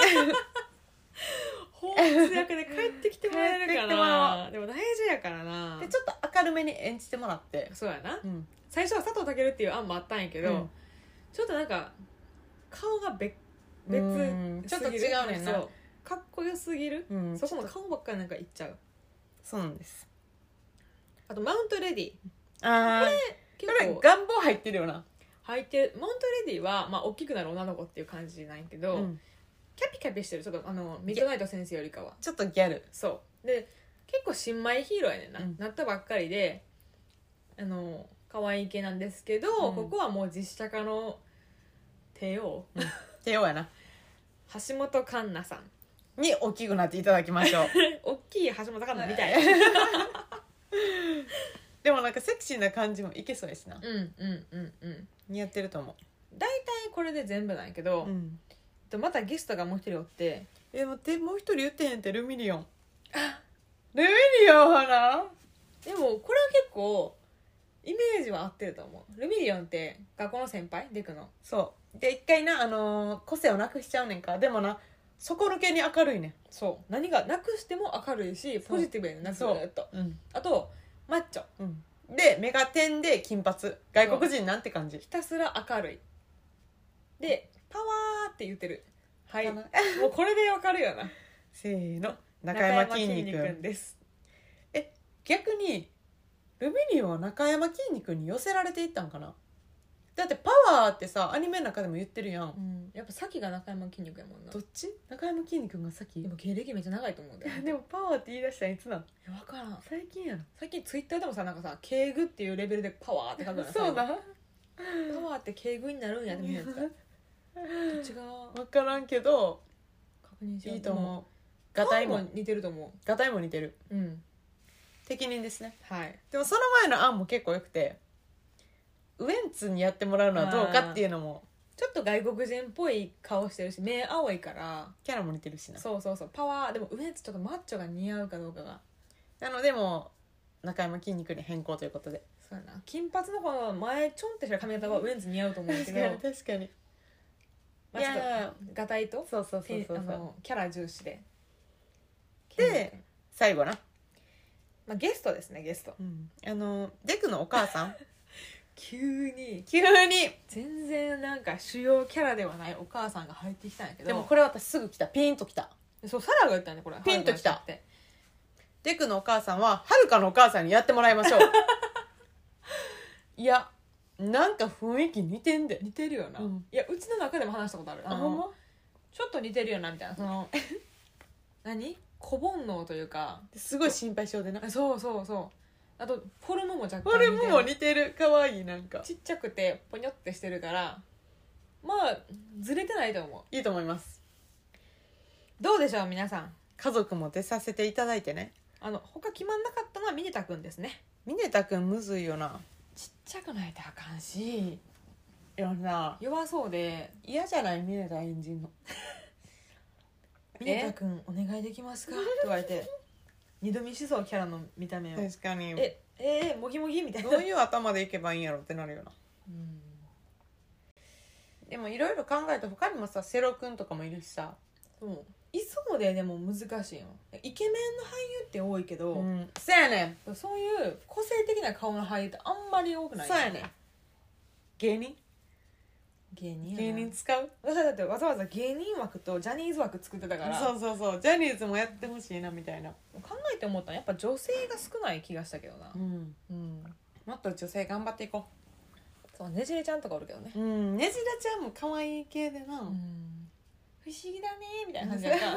ホークス役で帰ってきてもらえるかな。でも大事やからな。 でちょっと明るめに演じてもらって。 そうやな、うん、最初は佐藤健っていう案もあったんやけど、うん、ちょっとなんか顔が別別ちょっと違うねんな。 そうかっこよすぎる、うん、そこの顔ばっかりなんかいっちゃう。 そうなんです。 あとマウントレディ。 あこれ結構これ願望入ってるよな。 入ってる。マウントレディは、まあ、大きくなる女の子っていう感じなんやけど、うん、キャピキャピしてる。ちょっとあのミッドナイト先生よりかはちょっとギャル。 そうで結構新米ヒーローやねんな、うん、なったばっかりであの可愛い系なんですけど、うん、ここはもう実写化の帝王、 うん、帝王やな橋本環奈さんに大きくなっていただきましょう大きい橋本環奈みたいでもなんかセクシーな感じもいけそうやしな。 うんうんうんうん似合ってると思う。 大体これで全部なんやけど、うん、またゲストがもう一人おって。 え待ってもう一人言ってへんって。ルミリオンルミリオンほら。 でもこれは結構イメージは合ってると思う。ルミリオンって学校の先輩デクの。 そうで一回な、あのー個性をなくしちゃうねんか。でもな底抜けに明るいねん。 そう何がなくしても明るいしポジティブやねんなずーっと、 うん、 あとマッチョ、 うん、で目が点で金髪、外国人なんて感じ。 ひたすら明るいでパワーって言ってる。はいもうこれでわかるよな。 せーの、中山きんに君です。 え逆にルミリオンは中山きんに君に寄せられていったんかな。だってパワーってさアニメの中でも言ってるやん、 うん、やっぱ先が中山きんに君やもんな。 どっち？中山きんに君が先？ でも経歴めっちゃ長いと思うんだよ。 でもパワーって言い出したらいつなん？ 分からん。 最近やろ。 最近ツイッターでもさなんかさ敬具っていうレベルでパワーって書くのよ。 そうだ。 パワーって敬具になるんやって見るやつか。どっちが分からんけど確認しよう。 いいと思う。 ガタイも似てると思う。 ガタイも似てる。 うん。 適任ですね。 はい。 でもその前の案も結構よくて、ウエンツにやってもらうのはどうかっていうのも。 ちょっと外国人っぽい顔してるし目青いからキャラも似てるしな。 そうそうそうパワー。でもウエンツちょっとマッチョが似合うかどうかが。 なのでもう中山きんに君に変更ということで。 そうやな。金髪のこの前ちょんってした髪型はウエンツ似合うと思うんだけど確かに確かに。 まあ、ちょっとガタイとそうそうそうそうそうあのキャラ重視で。 で最後な、 まあ、ゲストですねゲスト、 うん、あのデクのお母さん急に急に全然なんか主要キャラではないお母さんが入ってきたんやけど、 でもこれ私すぐ来た。ピンと来た。 そうサラが言ったんねこれ。 ピンと来た。デクのお母さんははるかのお母さんにやってもらいましょういやなんか雰囲気似てんで。 似てるよな、うん、いやうちの中でも話したことある。あのあほんまちょっと似てるよなみたいなその何小煩悩というかすごい心配性でな。 そうそうそう。あとフォルムも若干フォルムも似てる。かわいい。なんかちっちゃくてポニョってしてるからまあずれてないと思う。いいと思います。 どうでしょう皆さん。 家族も出させていただいてね。 あの他決まんなかったのはミネタくんですね。 ミネタくんむずいよな。 ちっちゃくないとあかんしいやな弱そうで嫌じゃない。ミネタ演じんのミネタくんお願いできますかって言われて二度見しそうキャラの見た目を。 確かに。 ええー、もぎもぎみたいな。 どういう頭でいけばいいんやろってなるよな。 うんでもいろいろ考えて他にもさセロくんとかもいるしさ。 そういそうででも難しいよ。イケメンの俳優って多いけど、 うん、そうやねんそういう個性的な顔の俳優ってあんまり多くない。 そうやねん。芸人芸人やな。 芸人使う。 私はだってわざわざ芸人枠とジャニーズ枠作ってたから。 そうそうそう。ジャニーズもやってほしいなみたいな。 考えて思ったらやっぱ女性が少ない気がしたけどな。 うんうん。もっと女性頑張っていこう。そうねじれちゃんとかおるけどね。 うんねじれちゃんも可愛い系でな。 うん不思議だねみたいな感じだった不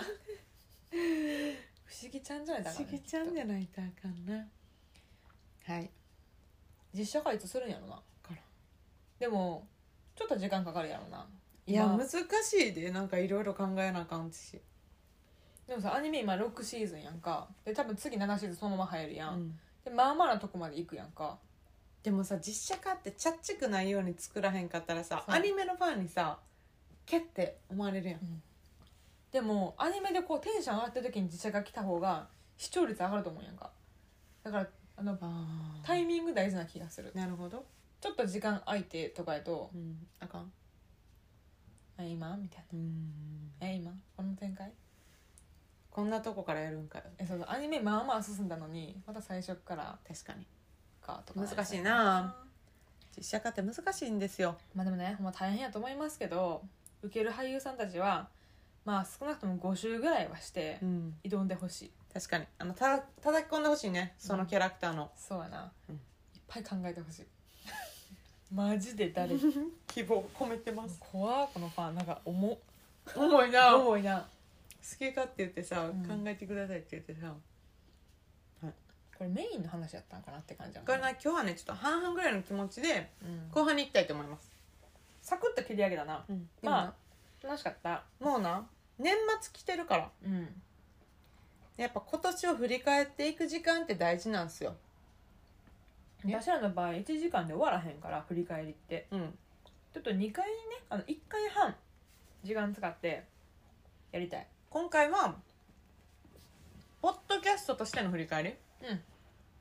思議ちゃんじゃないとあかん、ね、 不思議ちゃんじゃないとあかんな。はい。 実写化いつするんやろな。でもちょっと時間かかるやろな。 いや難しいで。なんかいろいろ考えなあかんし。 でもさアニメ今ろくシーズンやんか。で多分次ななシーズンそのまま入るやん、うん、でまあまあなとこまで行くやんか。 でもさ実写化ってちゃっちくないように作らへんかったらさアニメのファンにさけって思われるやん、うん、 でもアニメでこうテンション上がってる時に実写が来た方が視聴率上がると思うやんか。だからあのあタイミング大事な気がする。 なるほど。 ちょっと時間空いてとかやと、 うん、あかんえ今みたいな。うんえ今この展開こんなとこからやるんかよ。 えそうそうアニメまあまあ進んだのにまた最初から確かにかとか難しいな。実写化って難しいんですよ。 まあでもねほんま大変やと思いますけど受ける俳優さんたちはまあ少なくともご週ぐらいはして挑んでほしい、うん、 確かにあのた叩き込んでほしいねそのキャラクターの、うん、 そうやな、うん、いっぱい考えてほしいマジで誰希望込めてます。 怖このファンなんか重重いな重いな。 好きかって言ってさ、うん、考えてくださいって言ってさ、 はい、これメインの話やったんかなって感じ。 これな今日はねちょっと半々ぐらいの気持ちで後半に行きたいと思います、 うん、サクッと切り上げたな、うん、まあ楽しかった。 もうな年末来てるから、うん、やっぱ今年を振り返っていく時間って大事なんですよ。 私らの場合いちじかんで終わらへんから振り返りって、うん、ちょっとにかいねあのいっかいはん時間使ってやりたい。 今回はポッドキャストとしての振り返り、うん、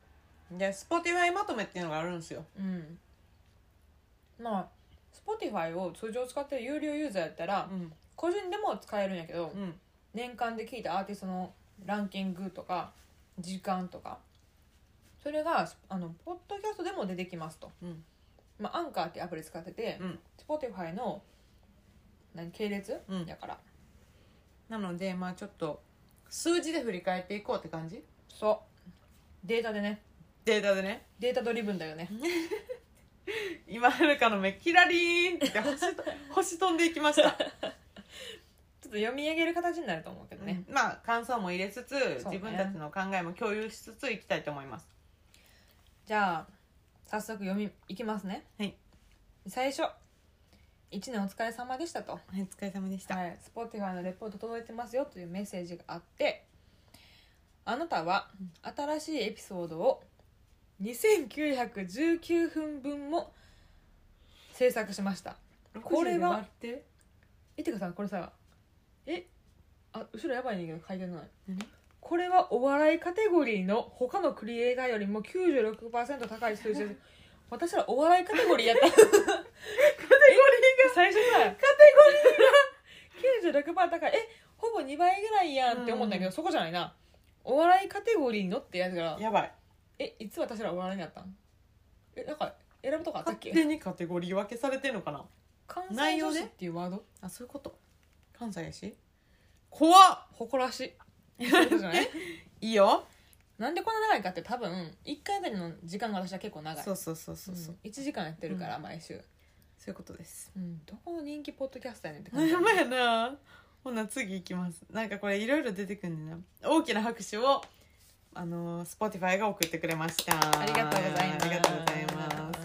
で Spotify まとめっていうのがあるんですよ。 うんまあ Spotify を通常使ってる有料ユーザーやったら、うん、個人でも使えるんやけど、うん、年間で聴いたアーティストのランキングとか時間とかそれがあのポッドキャストでも出てきますと、うんまあ、アンカーってアプリ使ってて、うん、Spotify の何系列、うん、やからなのでまあちょっと数字で振り返っていこうって感じ。 そうデータでねデータでねデータドリブンだよね今はるかの目キラリーンって星, 星飛んでいきましたちょっと読み上げる形になると思うけどね、 うん、まあ感想も入れつつ、ね、自分たちの考えも共有しつついきたいと思います。 じゃあ早速読みいきますね。 はい。 最初いちねんお疲れ様でしたと。はい、お疲れ様でした。 はい、Spotify のレポート届いてますよというメッセージがあって、あなたは新しいエピソードをにせんきゅうひゃくじゅうきゅうふんぶんも制作しました。これはえてかさこれさえあ後ろやばいねんけど書いてない。これはお笑いカテゴリーの他のクリエイターよりも きゅうじゅうろくパーセント 高い数字です。私らお笑いカテゴリーやったカテゴリーが最初さカテゴリーが きゅうじゅうろくパーセント 高いえほぼにばいぐらいやんって思ったけど、うん、そこじゃないな。お笑いカテゴリーのってやつがやばい。 えいつ私らお笑いにやったんえなんか選ぶとこあったっけ。 勝手にカテゴリー分けされてんのかな。 関西女子っていうワード、 あそういうこと。関西やし怖っ誇らしいそういうことじゃないいいよ。 なんでこんな長いかって多分いっかいあたりの時間が私は結構長い。 そうそうそうそう、うん、 いちじかんやってるから、うん、毎週そういうことです、 うん、どこの人気ポッドキャスターやねんって感じやばいやな。ほな次行きます。なんかこれいろいろ出てくるんだな。大きな拍手をあの Spotify が送ってくれました。 ありがとうございます。 ありがとうございます、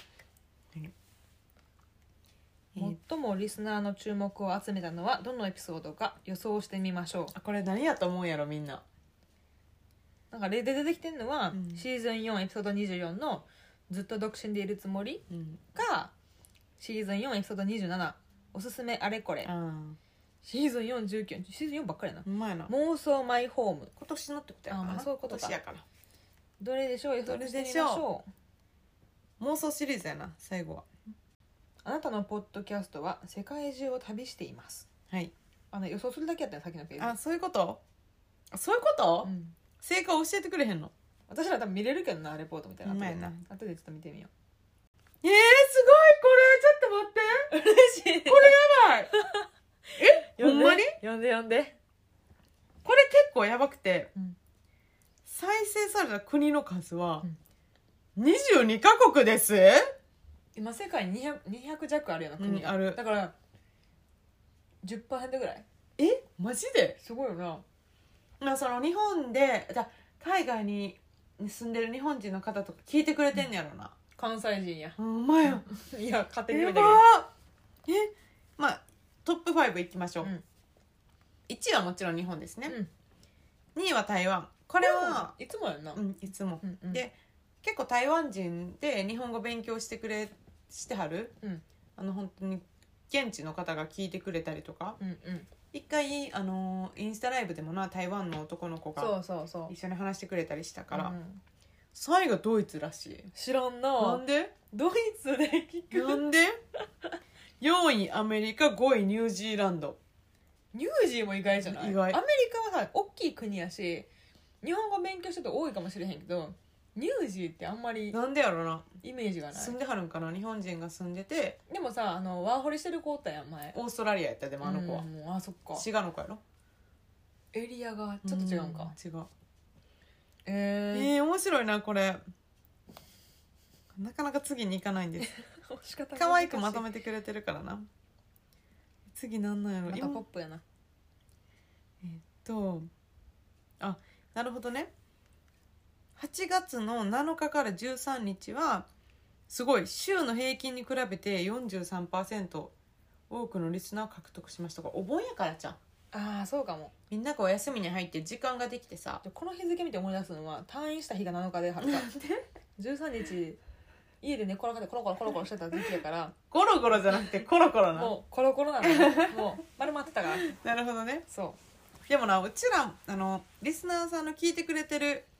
はい、最もリスナーの注目を集めたのはどのエピソードか予想してみましょう。 あこれ何やと思うんやろみんな。 なんか例で出てきてるのは、うん、シーズンよんエピソードにじゅうよんのずっと独身でいるつもり、うん、がシーズンよんエピソードにじゅうななおすすめあれこれ、うん、シーズンよんじゅうきゅうシーズンよんばっかりやな。 うまいな。 妄想マイホーム今年のってことやからな。 あ、まあ、そういうことか。 今年やからどれでしょう予想してみましょう。妄想シリーズやな最後は。 あなたのポッドキャストは世界中を旅しています。 はい。 あの予想するだけやったらさっきのページ。 あそういうことあそういうこと、うん、正解教えてくれへんの。 私ら多分見れるけどなレポートみたいな。 うまいな。 後でちょっと見てみよう。えー、すごいこれちょっと待って嬉しいこれやばいえほんまに読んで読んで。 これ結構やばくて、うん、再生された国の数はにじゅうにカ国です。 今世界にひゃく、にひゃく弱あるような国が、 うん、ある。 だから じゅっパーセント ぐらい。 えマジですごいよな。 まあその日本でだ海外に住んでる日本人の方とか聞いてくれてんねやろな、うん、 関西人や。 ほんまやいや勝手に言うだけどえまあトップごいきましょう、うん、いちいはもちろん日本ですね、うん、にいは台湾。これはいつもやんな、 うん、いつも、うんうん、で結構台湾人で日本語勉強してくれしてはる、うん、あの本当に現地の方が聞いてくれたりとか、うんうん、一回あのインスタライブでもな台湾の男の子が一緒に話してくれたりしたから、うん、さんいがドイツらしい。 知らんな。 なんでドイツで聞くなんでよんいアメリカ、ごいニュージーランド。 ニュージーも意外じゃない？ 意外。 アメリカはさ大きい国やし日本語勉強してる人多いかもしれへんけどニュージーってあんまりなんでやろなイメージがない。 住んではるんかな。日本人が住んでて。 でもさあのワーホリしてる子おったやん前。 オーストラリアやったでもあの子は、 うん、あそっか滋賀の子やろ。 エリアがちょっと違うんか。 違う。 えー、 えー、面白いなこれ。なかなか次に行かないんです可愛くまとめてくれてるからな。次なんなんやろ。 またポップやな。 えー、っとあなるほどね。はちがつのなのかからじゅうさんにちはすごい週の平均に比べて よんじゅうさんパーセント 多くのリスナーを獲得しましたが、お盆やからじゃん。 ああそうかも。 みんながお休みに入って時間ができてさ。 この日付見て思い出すのは退院した日がなのかではるかじゅうさんにち家で寝転がってコロコロコロコロしてた時期やからゴロゴロじゃなくてコロコロな。 もうコロコロなのもう丸まってたからなるほどね。 そうでもなうちらあのリスナーさんの聞いてくれてる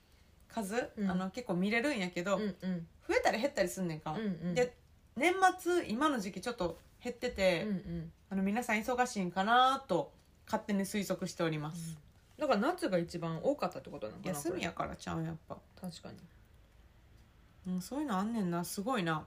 数、 うんあの結構見れるんやけど、 うんうん増えたり減ったりすんねんか、 うんうんで年末今の時期ちょっと減ってて、 うんうんあの皆さん忙しいんかなと勝手に推測しております、 だから夏が一番多かったってことなのかな。 休みやからちゃうやっぱ、 これ確かに。 うん、そういうのあんねんな、すごいな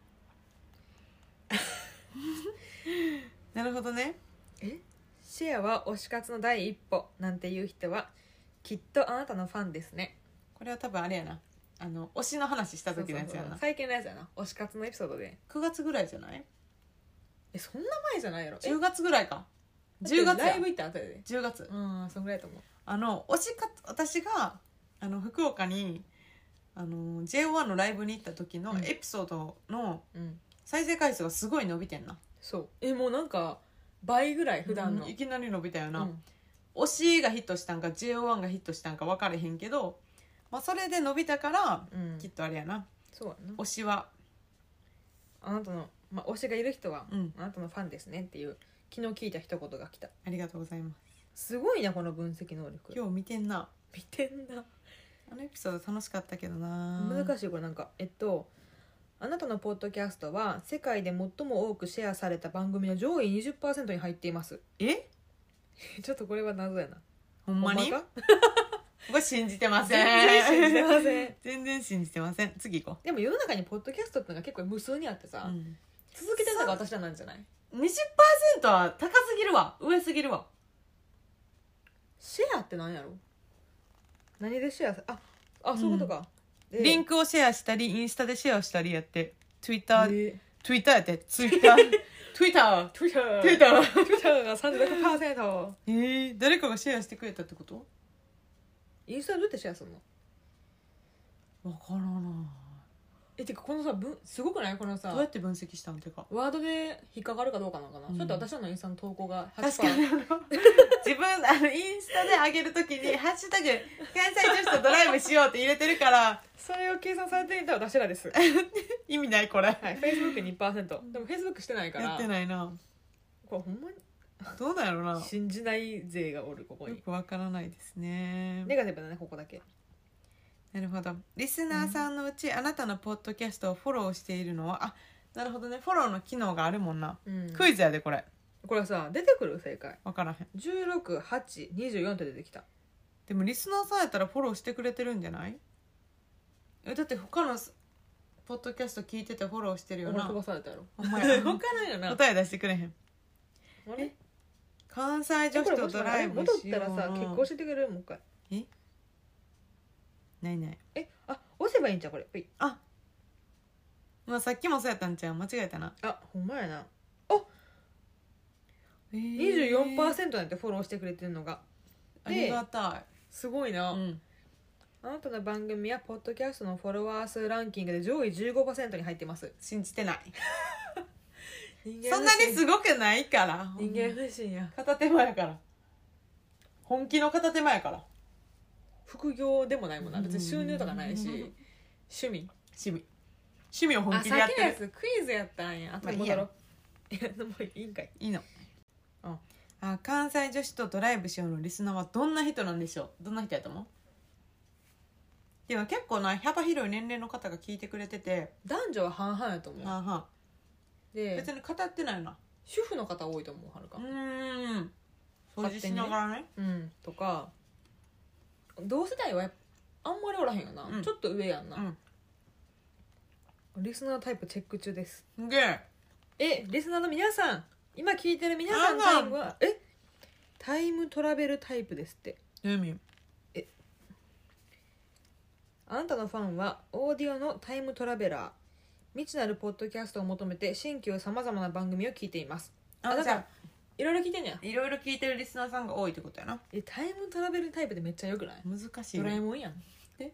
なるほどね。 えシェアは推し活の第一歩なんていう人はきっとあなたのファンですね。 これは多分あれやな、あの推しの話した時のやつやな。 そうそうそう最近のやつやな、推し活のエピソードで。 くがつぐらいじゃない？ えそんな前じゃないやろ。 じゅうがつぐらいか。じゅうがつやライブ行った後やで。 じゅうがつ。 うんそんぐらいと思う。 あの推し活、私があの福岡にあの ジェイオーワン のライブに行った時のエピソードのうん再生回数がすごい伸びてんな。 そうえもうなんか倍ぐらい普段の、 うんいきなり伸びたよな、 うん推しがヒットしたんか ジェイオーワン がヒットしたんか分からへんけど、まあ、それで伸びたから、 うんきっとあれやな、 そうやな。 推しは、 あなたの、まあ、推しがいる人は、 うん、 あなたのファンですねっていう昨日聞いた一言が来た。 ありがとうございます。 すごいなこの分析能力。 今日見てんな。 見てんな。 あのエピソード楽しかったけどな。 難しいこれなんかえっとあなたのポッドキャストは世界で最も多くシェアされた番組の上位 にじゅっパーセント に入っています。 えちょっとこれは謎やな。 ほんまに？ ほんまかこれ信じてません。 全然信じてません。 全然信じてません。次行こでも世の中にポッドキャストってのが結構無数にあってう、 さ、 うん続けてるのが私らなんじゃない？ にじゅっパーセント は高すぎるわ、上すぎるわ。 シェアって何やろ？何でシェアさああそういうことか、でリンクをシェアしたりインスタでシェアしたりやって Twitter、 え Twitter やって Twitter Twitter Twitter Twitter Twitter が さんじゅうろくパーセント。 えー、誰かがシェアしてくれたってこと？ インスタでどうやってシェアするの？ わからなえてかこのさぶすごくないこのさどうやって分析したんてか。 ワードで引っかかるかどうかなのかな、 うんちょっと私らのインスタの投稿がはち確パーセント。 かに自分あのインスタで上げるときに「ハッシュタグ関西女子とドライブしよう」って入れてるからそれを計算されていた私らです意味ないこれ、 はい Facebook にパーセント。でも Facebook してないからやってないな。 これほんまにどうなんやろな、 信じない勢がおるここに。 よくわからないですね。 ネガティブだねここだけ。 なるほど。リスナーさんのうち、あなたのポッドキャストをフォローしているのは、あ、なるほどね、フォローの機能があるもんな、 うん、 クイズやでこれ。 これさ出てくる正解わからへん。 じゅうろく、はち、にじゅうよんって出てきた。 でもリスナーさんやったらフォローしてくれてるんじゃない？えだって他のポッドキャスト聞いててフォローしてるよこれな。 飛ばされたやろ。 お前分からんよな。 答え出してくれへん。 あれ関西女子とドライブ戻っしようのたらさ結構教えてくれるもう一回。 えないない。 えあ押せばいいんちゃうこれ。はいあ、まあ、さっきもそうやったんちゃう？間違えたな。 あほんまやな。 えー、 にじゅうよんパーセント なんてフォローしてくれてるのがありがたすごいな、 い、うん、 あなたの番組やポッドキャストのフォロワー数ランキングで上位 じゅうごパーセント に入ってます。 信じてない。 人間そんなにすごくないから人間不信や。 片手間やから、本気の片手間やから。 副業でもないもんな、別に収入とかないし趣味趣味趣味を本あさっきの気でやってる。 やつクイズやったんや。あとで戻ろう、いやでもいいんかい。 いいの。 ああ、関西女子とドライブしようのリスナーはどんな人なんでしょう？どんな人やと思う？でも結構な幅広い年齢の方が聞いてくれてて、 男女は半々やと思う。 はんはんで別に語ってないな。 主婦の方多いと思うはるかうーん掃除しながらね。 うんとか同世代はやっぱあんまりおらへんよな、 うんちょっと上やんな、 うんリスナータイプチェック中です。 すげえ。 えリスナーの皆さん今聞いてる皆さんあらタイムはえタイムトラベルタイプですって。 何？ あなたのファンはオーディオのタイムトラベラー、未知なるポッドキャストを求めて新旧さまざまな番組を聞いています。あだからあじゃいろいろ聞いてんねや。 あいろいろ聞いてるリスナーさんが多いってことやな。 えタイムトラベルタイプでめっちゃよくない？ 難しいドね。 ラえもんやん。 え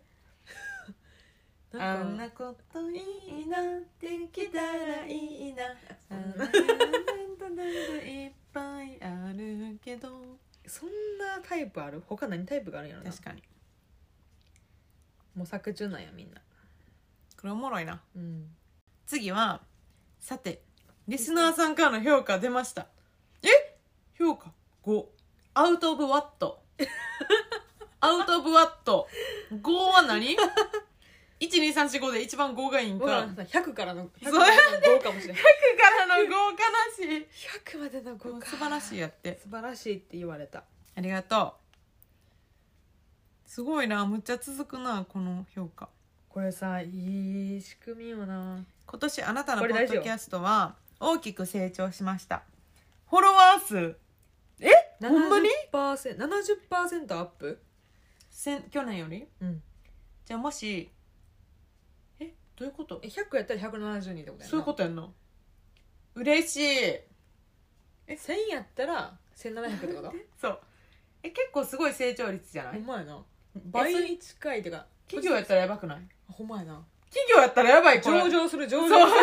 なんかあんなこといいな、できたらいいな、そんなこといっぱいあるけど。 そんなタイプある？他何タイプがあるんやろな。 確かに模索中なんやみんな。 これおもろいな。 うん次はさてリスナーさんからの評価出ました。え評価ごアウトオブワットアウトオブワット。ごは何 ?いちにさんしご で一番ごがいいんか。 ひゃくからのひゃくからのごかもしれない。 ひゃくからのご悲しい。 ひゃくまでのごか。 素晴らしいやって。 素晴らしいって言われた。 ありがとう。すごいな、むっちゃ続くな、この評価。 これさ、いい仕組みよな。 今年あなたのポッドキャストは大きく成長しました。フォロワー数えほんまにななじゅっパーセント アップせ去年より。 うんじゃあもしえどういうこと？ えひゃくやったらひゃくななじゅうにんってことやな。 そういうことやんな。嬉しい。えせんやったらせんななひゃくってこと？ そうえ結構すごい成長率じゃない？ ほんまやな。倍に近いってか企業やったらやばくない？ ほんまやな。 企業やったらやばい。これ上場する上場そう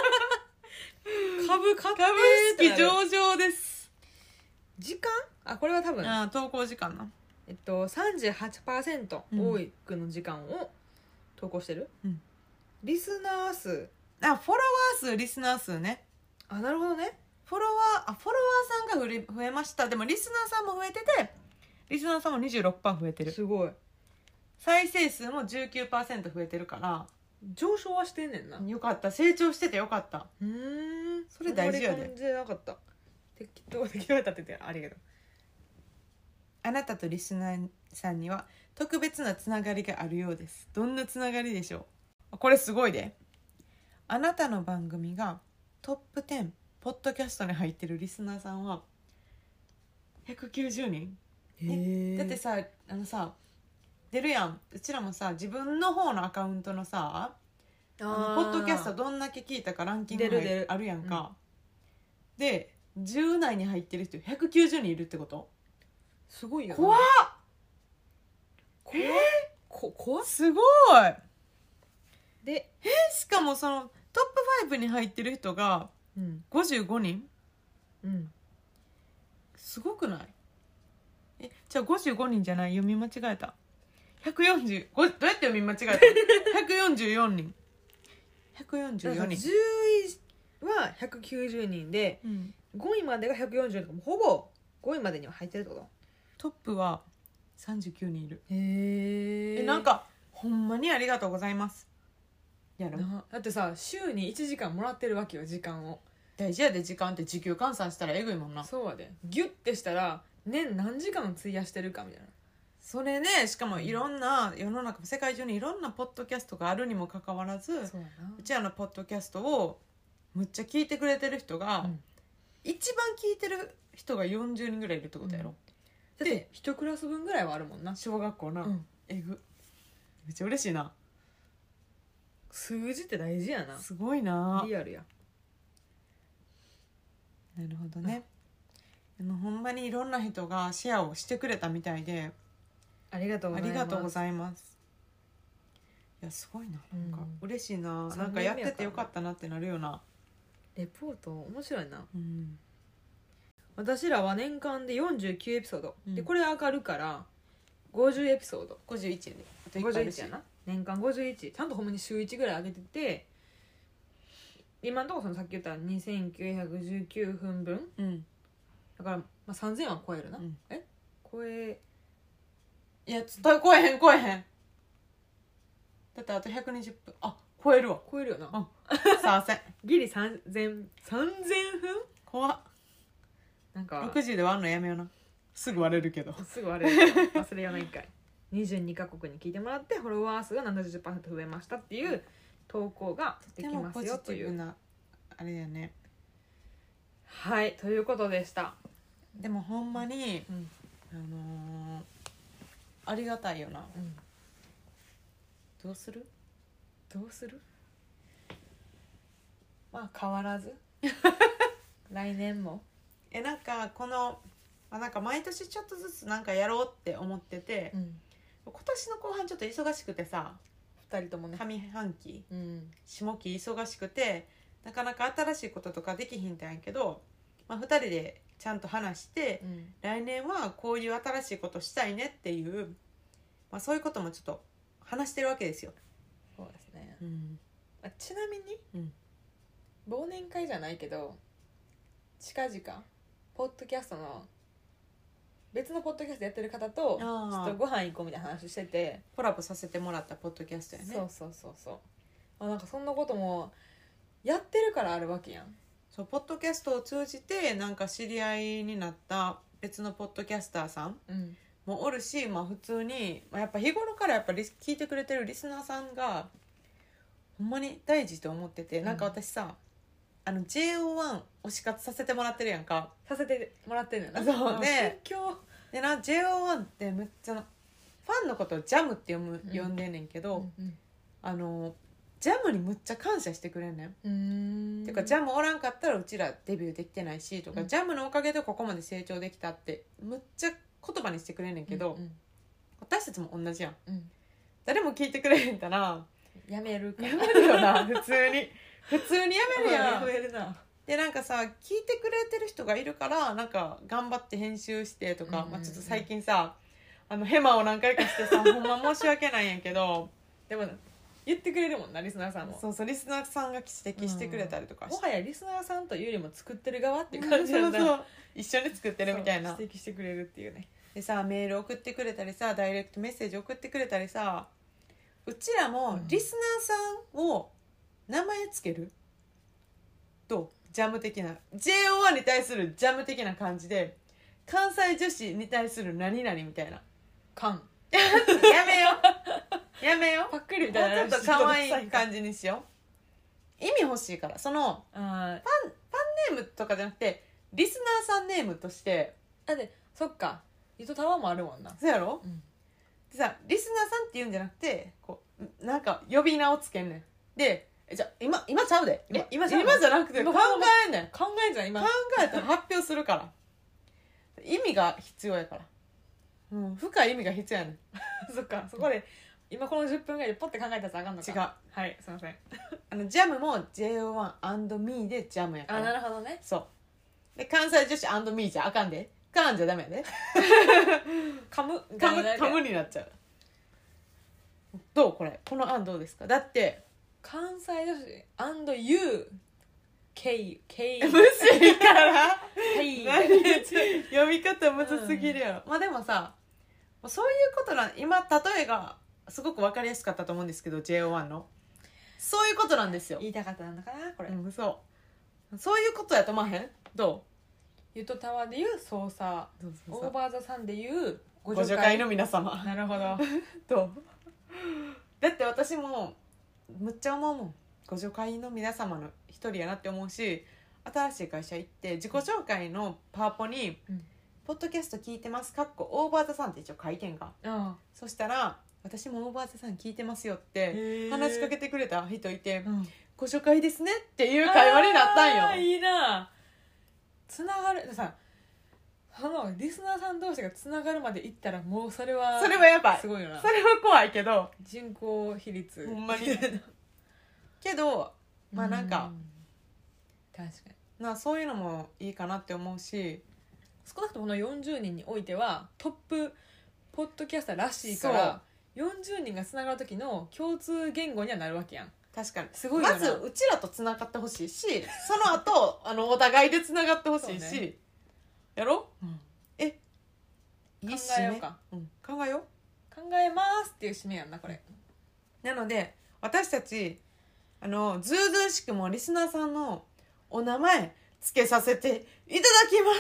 株買って株式上場です。 時間あこれは多分あ投稿時間な。 えっと さんじゅうはちパーセント 多くの時間を投稿してる、 うん、 リスナー数あフォロワー数リスナー数ね。 あなるほどね。 フォロワーあフォロワーさんが増え増えました。でもリスナーさんも増えててリスナーさんも にじゅうろくパーセント 増えてる。 すごい。 再生数も じゅうきゅうパーセント 増えてるから上昇はしてんねんな。 よかった。成長しててよかった。 うーんそれ大事やで。 あんまり感じなかった。適当適当やったって言ってありがとう。 あなたとリスナーさんには特別なつながりがあるようです。どんなつながりでしょう？これすごいで。あなたの番組がトップじゅうポッドキャストに入ってるリスナーさんはひゃくきゅうじゅうにん。 へだってさあのさ出るやん。うちらもさ自分の方のアカウントのさあのポッドキャストどんだけ聞いたかランキングがあるやんか、うん、でじゅう内に入ってる人ひゃくきゅうじゅうにんいるってこと？ すごいよ。 怖っ。 怖っ、こ怖っすごい。 でえしかもそのトップごに入ってる人がごじゅうごにん、 うん、 すごくない？えじゃあごじゅうごにんじゃない、読み間違えた。ひゃくよんじゅうごどうやって読み間違えた？ひゃくよんじゅうよにんひゃくよんじゅうよにんじゅういはひゃくきゅうじゅうにんで、うん、ごいまでがひゃくよんじゅうにん。ほぼごいまでには入ってるってこと？ トップはさんじゅうきゅうにんいる。 へえなんかほんまにありがとうございますやろ。 だってさ週にいちじかんもらってるわけよ。時間を大事やで。時間って時給換算したらえぐいもんな。 そうやで。ギュッてしたら年何時間費やしてるかみたいな。 それねしかもいろんな世の中世界中にいろんなポッドキャストがあるにもかかわらず、 そうやな、 うちらのポッドキャストをむっちゃ聞いてくれてる人が、うん、一番聞いてる人がよんじゅうにんぐらいいるってことやろ、 うん、で一クラス分ぐらいはあるもんな。 小学校な、うん、えぐめっちゃ嬉しいな。 数字って大事やな。 すごいな。 リアルや。 なるほどね。あのほんまにいろんな人がシェアをしてくれたみたいでありがとうございます。 ありがとうございます。いやすごいな。なんか嬉しいな、うん、なんかやっててよかったなってなるよな。 レポート面白いな、 うん、 私らは年間でよんじゅうきゅうエピソード、うん、でこれ上がるからごじゅうエピソードごじゅういちやね。 ごじゅういちやな。年間ごじゅういちちゃんとほんまに週いちぐらい上げてて、今のところそのさっき言ったにせんきゅうひゃくじゅうきゅうふんぶん、うん、だから、まあ、さんぜんは超えるな、うん、え超えいやちょっと超えへん超えへん。だってあとひゃくにじゅっぷん。あ超えるわ。 超えるよな、 うん、さあせんギリさんぜんさんぜんふん怖っ。なんかろくじで割るのやめような。すぐ割れるけどすぐ割れる忘れようないんかい。にじゅうにカ国に聞いてもらってフォロワー数が ななじゅっパーセント 増えましたっていう投稿ができますよという。 なあれやね。 はいということでした。 でもほんまに、うん、あのー、ありがたいよな、うん、どうするどうするまあ変わらず来年もえなんかこのあなんか毎年ちょっとずつなんかやろうって思ってて、うん、今年の後半ちょっと忙しくてさふたりともね上半期、うん、下期忙しくてなかなか新しいこととかできひんたんやけど、まあ、ふたりでちゃんと話して、うん、来年はこういう新しいことしたいねっていう、まあ、そういうこともちょっと話してるわけですよ。 そうですね、うんあ、ちなみに、うん、忘年会じゃないけど近々ポッドキャストの別のポッドキャストやってる方とちょっとご飯行こうみたいな話してて、 コラボさせてもらったポッドキャストやね。 そうそうそうそう、あ、なんかそんなこともやってるからあるわけやん。 そう、ポッドキャストを通じてなんか知り合いになった別のポッドキャスターさんもおるし、まあ、普通に、まあ、やっぱ日頃からやっぱり聞いてくれてるリスナーさんがほんまに大事と思ってて、うん、なんか私さ、あの ジェイオーワン 推し活させてもらってるやんか。 させてもらってるんだよな。そうで、 でな ジェイオーワン ってむっちゃファンのことをジャムって呼む、うん、呼んでんねんけど、うんうん、あのジャムにむっちゃ感謝してくれんねん。うーんていうかジャムおらんかったらうちらデビューできてないしとか、うん、ジャムのおかげでここまで成長できたってむっちゃ言葉にしてくれんねんけど、うんうん、私たちも同じやん、うん、誰も聞いてくれへんかな、 やめるかやめるよな普通に普通にやめるやんやめるな。 でなんかさ、聞いてくれてる人がいるからなんか頑張って編集してとか、うんうんうん、まあ、ちょっと最近さあのヘマを何回かしてさほんま申し訳ないんやけどでも言ってくれるもんな、リスナーさんも。 そうそう、リスナーさんが指摘してくれたりとかして、 うん、もはやリスナーさんというよりも作ってる側っていう感じなんだ、うん、そうそう、 一緒に作ってるみたいな、 指摘してくれるっていうね。 でさ、メール送ってくれたりさ、ダイレクトメッセージ送ってくれたりさ、うちらもリスナーさんを名前つけるとジャム的な ジェイオーワン に対するジャム的な感じで、関西女子に対する何々みたいな、 かんやめよやめよパックリみたいな、 ちょっと可愛い感じにしよう。意味欲しいから、そのファン、ファンネームとかじゃなくてリスナーさんネームとして。 だってそっか、糸タワーもあるもんな。 そうやろ、うん、でさ、リスナーさんって言うんじゃなくてこうなんか呼び名をつけんねん。で、じゃ今今ちゃうで、今今じゃなくて考えんねん。 考えんじゃん、今考えて発表するから意味が必要やから、うん、深い意味が必要やねんそっか、そこで今このじゅっぷんぐらいでポッて考えたやつあかんのか。 違う、 はい、すいませんあのジャムも ジェイオーワンアンドミー でジャムやから。 あ、なるほどね。 そうで、関西女子 アンドミー じゃあかんで、かんじゃダメやで噛む噛む噛むになっちゃう。どうこれ、この案どうですか。だって関西女子 アンドユー K K むずいからはい読み方むずすぎるやろ、うん、まあでもさ、そういうことなん、今例えがすごく分かりやすかったと思うんですけど ジェイオーワン のそういうことなんですよ。 言いたかったんだかなこれ、 うん、そうそういうことやと思わへん。どうゆとたわでいう操作、オーバーザさんでいうご助会の皆様。 なるほどどうだって私もむっちゃ思うもん、ご助会の皆様の一人やなって思うし、新しい会社行って自己紹介のパワポに、うん、ポッドキャスト聞いてますかっこオーバーザさんって一応書いてんか、うん、そしたら私もオーバーザさん聞いてますよって話しかけてくれた人いて、うん、ご紹介ですねっていう会話になったんよ。 あ、いいな、つながるさ、そのリスナーさん同士がつながるまでいったらもうそれはそれはやばい、 すごいよな。 それは怖いけど、 人口比率ほんまにけどまあなんか確かにな、そういうのもいいかなって思うし、 少なくともこのよんじゅうにんにおいてはトップポッドキャスターらしいから、よんじゅうにんがつながる時の共通言語にはなるわけやん。 確かにすごいよな。 まずうちらとつながってほしいし、その後あのお互いでつながってほしいし、ね、やろ、うん、えいい考えようか、 うん、考えよう考えますっていう締めやんなこれ。 なので私たちあのずうずうしくもリスナーさんのお名前つけさせていただきます。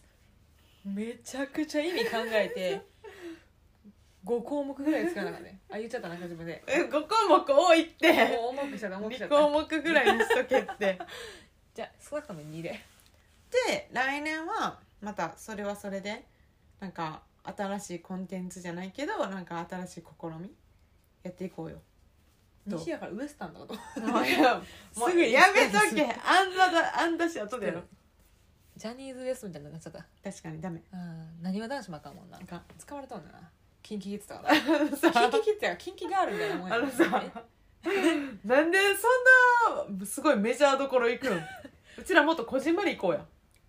めちゃくちゃ意味考えてごこうもくぐらいつかなかったね。あ、言っちゃったな、自分で。 え、ごこうもく多いって。 もう重くしちゃった、重くしちゃった。 にこうもくぐらいにしとけってじゃあ少なくともにで。 で来年はまたそれはそれでなんか新しいコンテンツじゃないけどなんか新しい試みやっていこうよ。 西やからウエスタンだともうやもうやめとけ。あんだだあんだし後でやろ。 ジャニーズ ウエストみたいになっちゃった。 確かにダメ。 なにわ男子もあかんもんな。 なんか使われとんだな。キンキキッズとかキンキキッズやキンキガールみたいなもんや。 あのさなんでそんなすごいメジャーどころ行くんうちらもっとこじんまり行こうや。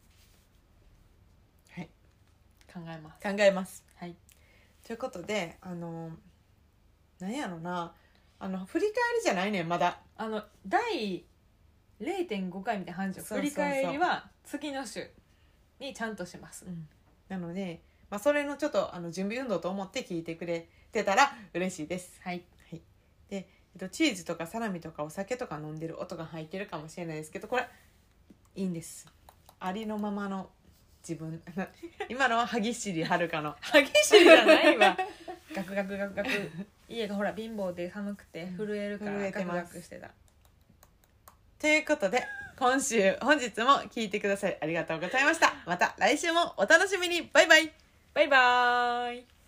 はい、 考えます考えます。 はい、 ということであの何やろな、あの振り返りじゃないねんまだ。 あの第 れいてんご 回みたいな感じ。振り返りは次の週にちゃんとします、 うん、なのでまあ、それのちょっとあの準備運動と思って聞いてくれてたら嬉しいです。 はい、 はい、で、えっと、チーズとかサラミとかお酒とか飲んでる音が入ってるかもしれないですけど、これいいんです。ありのままの自分今のは歯ぎしりはるかの歯ぎしりじゃないわガクガクガクガク家がほら貧乏で寒くて震えるから震えてますガクガクしてた。 ということで今週本日も聞いてくださいありがとうございました。また来週もお楽しみに。バイバイ。 バイバーイ。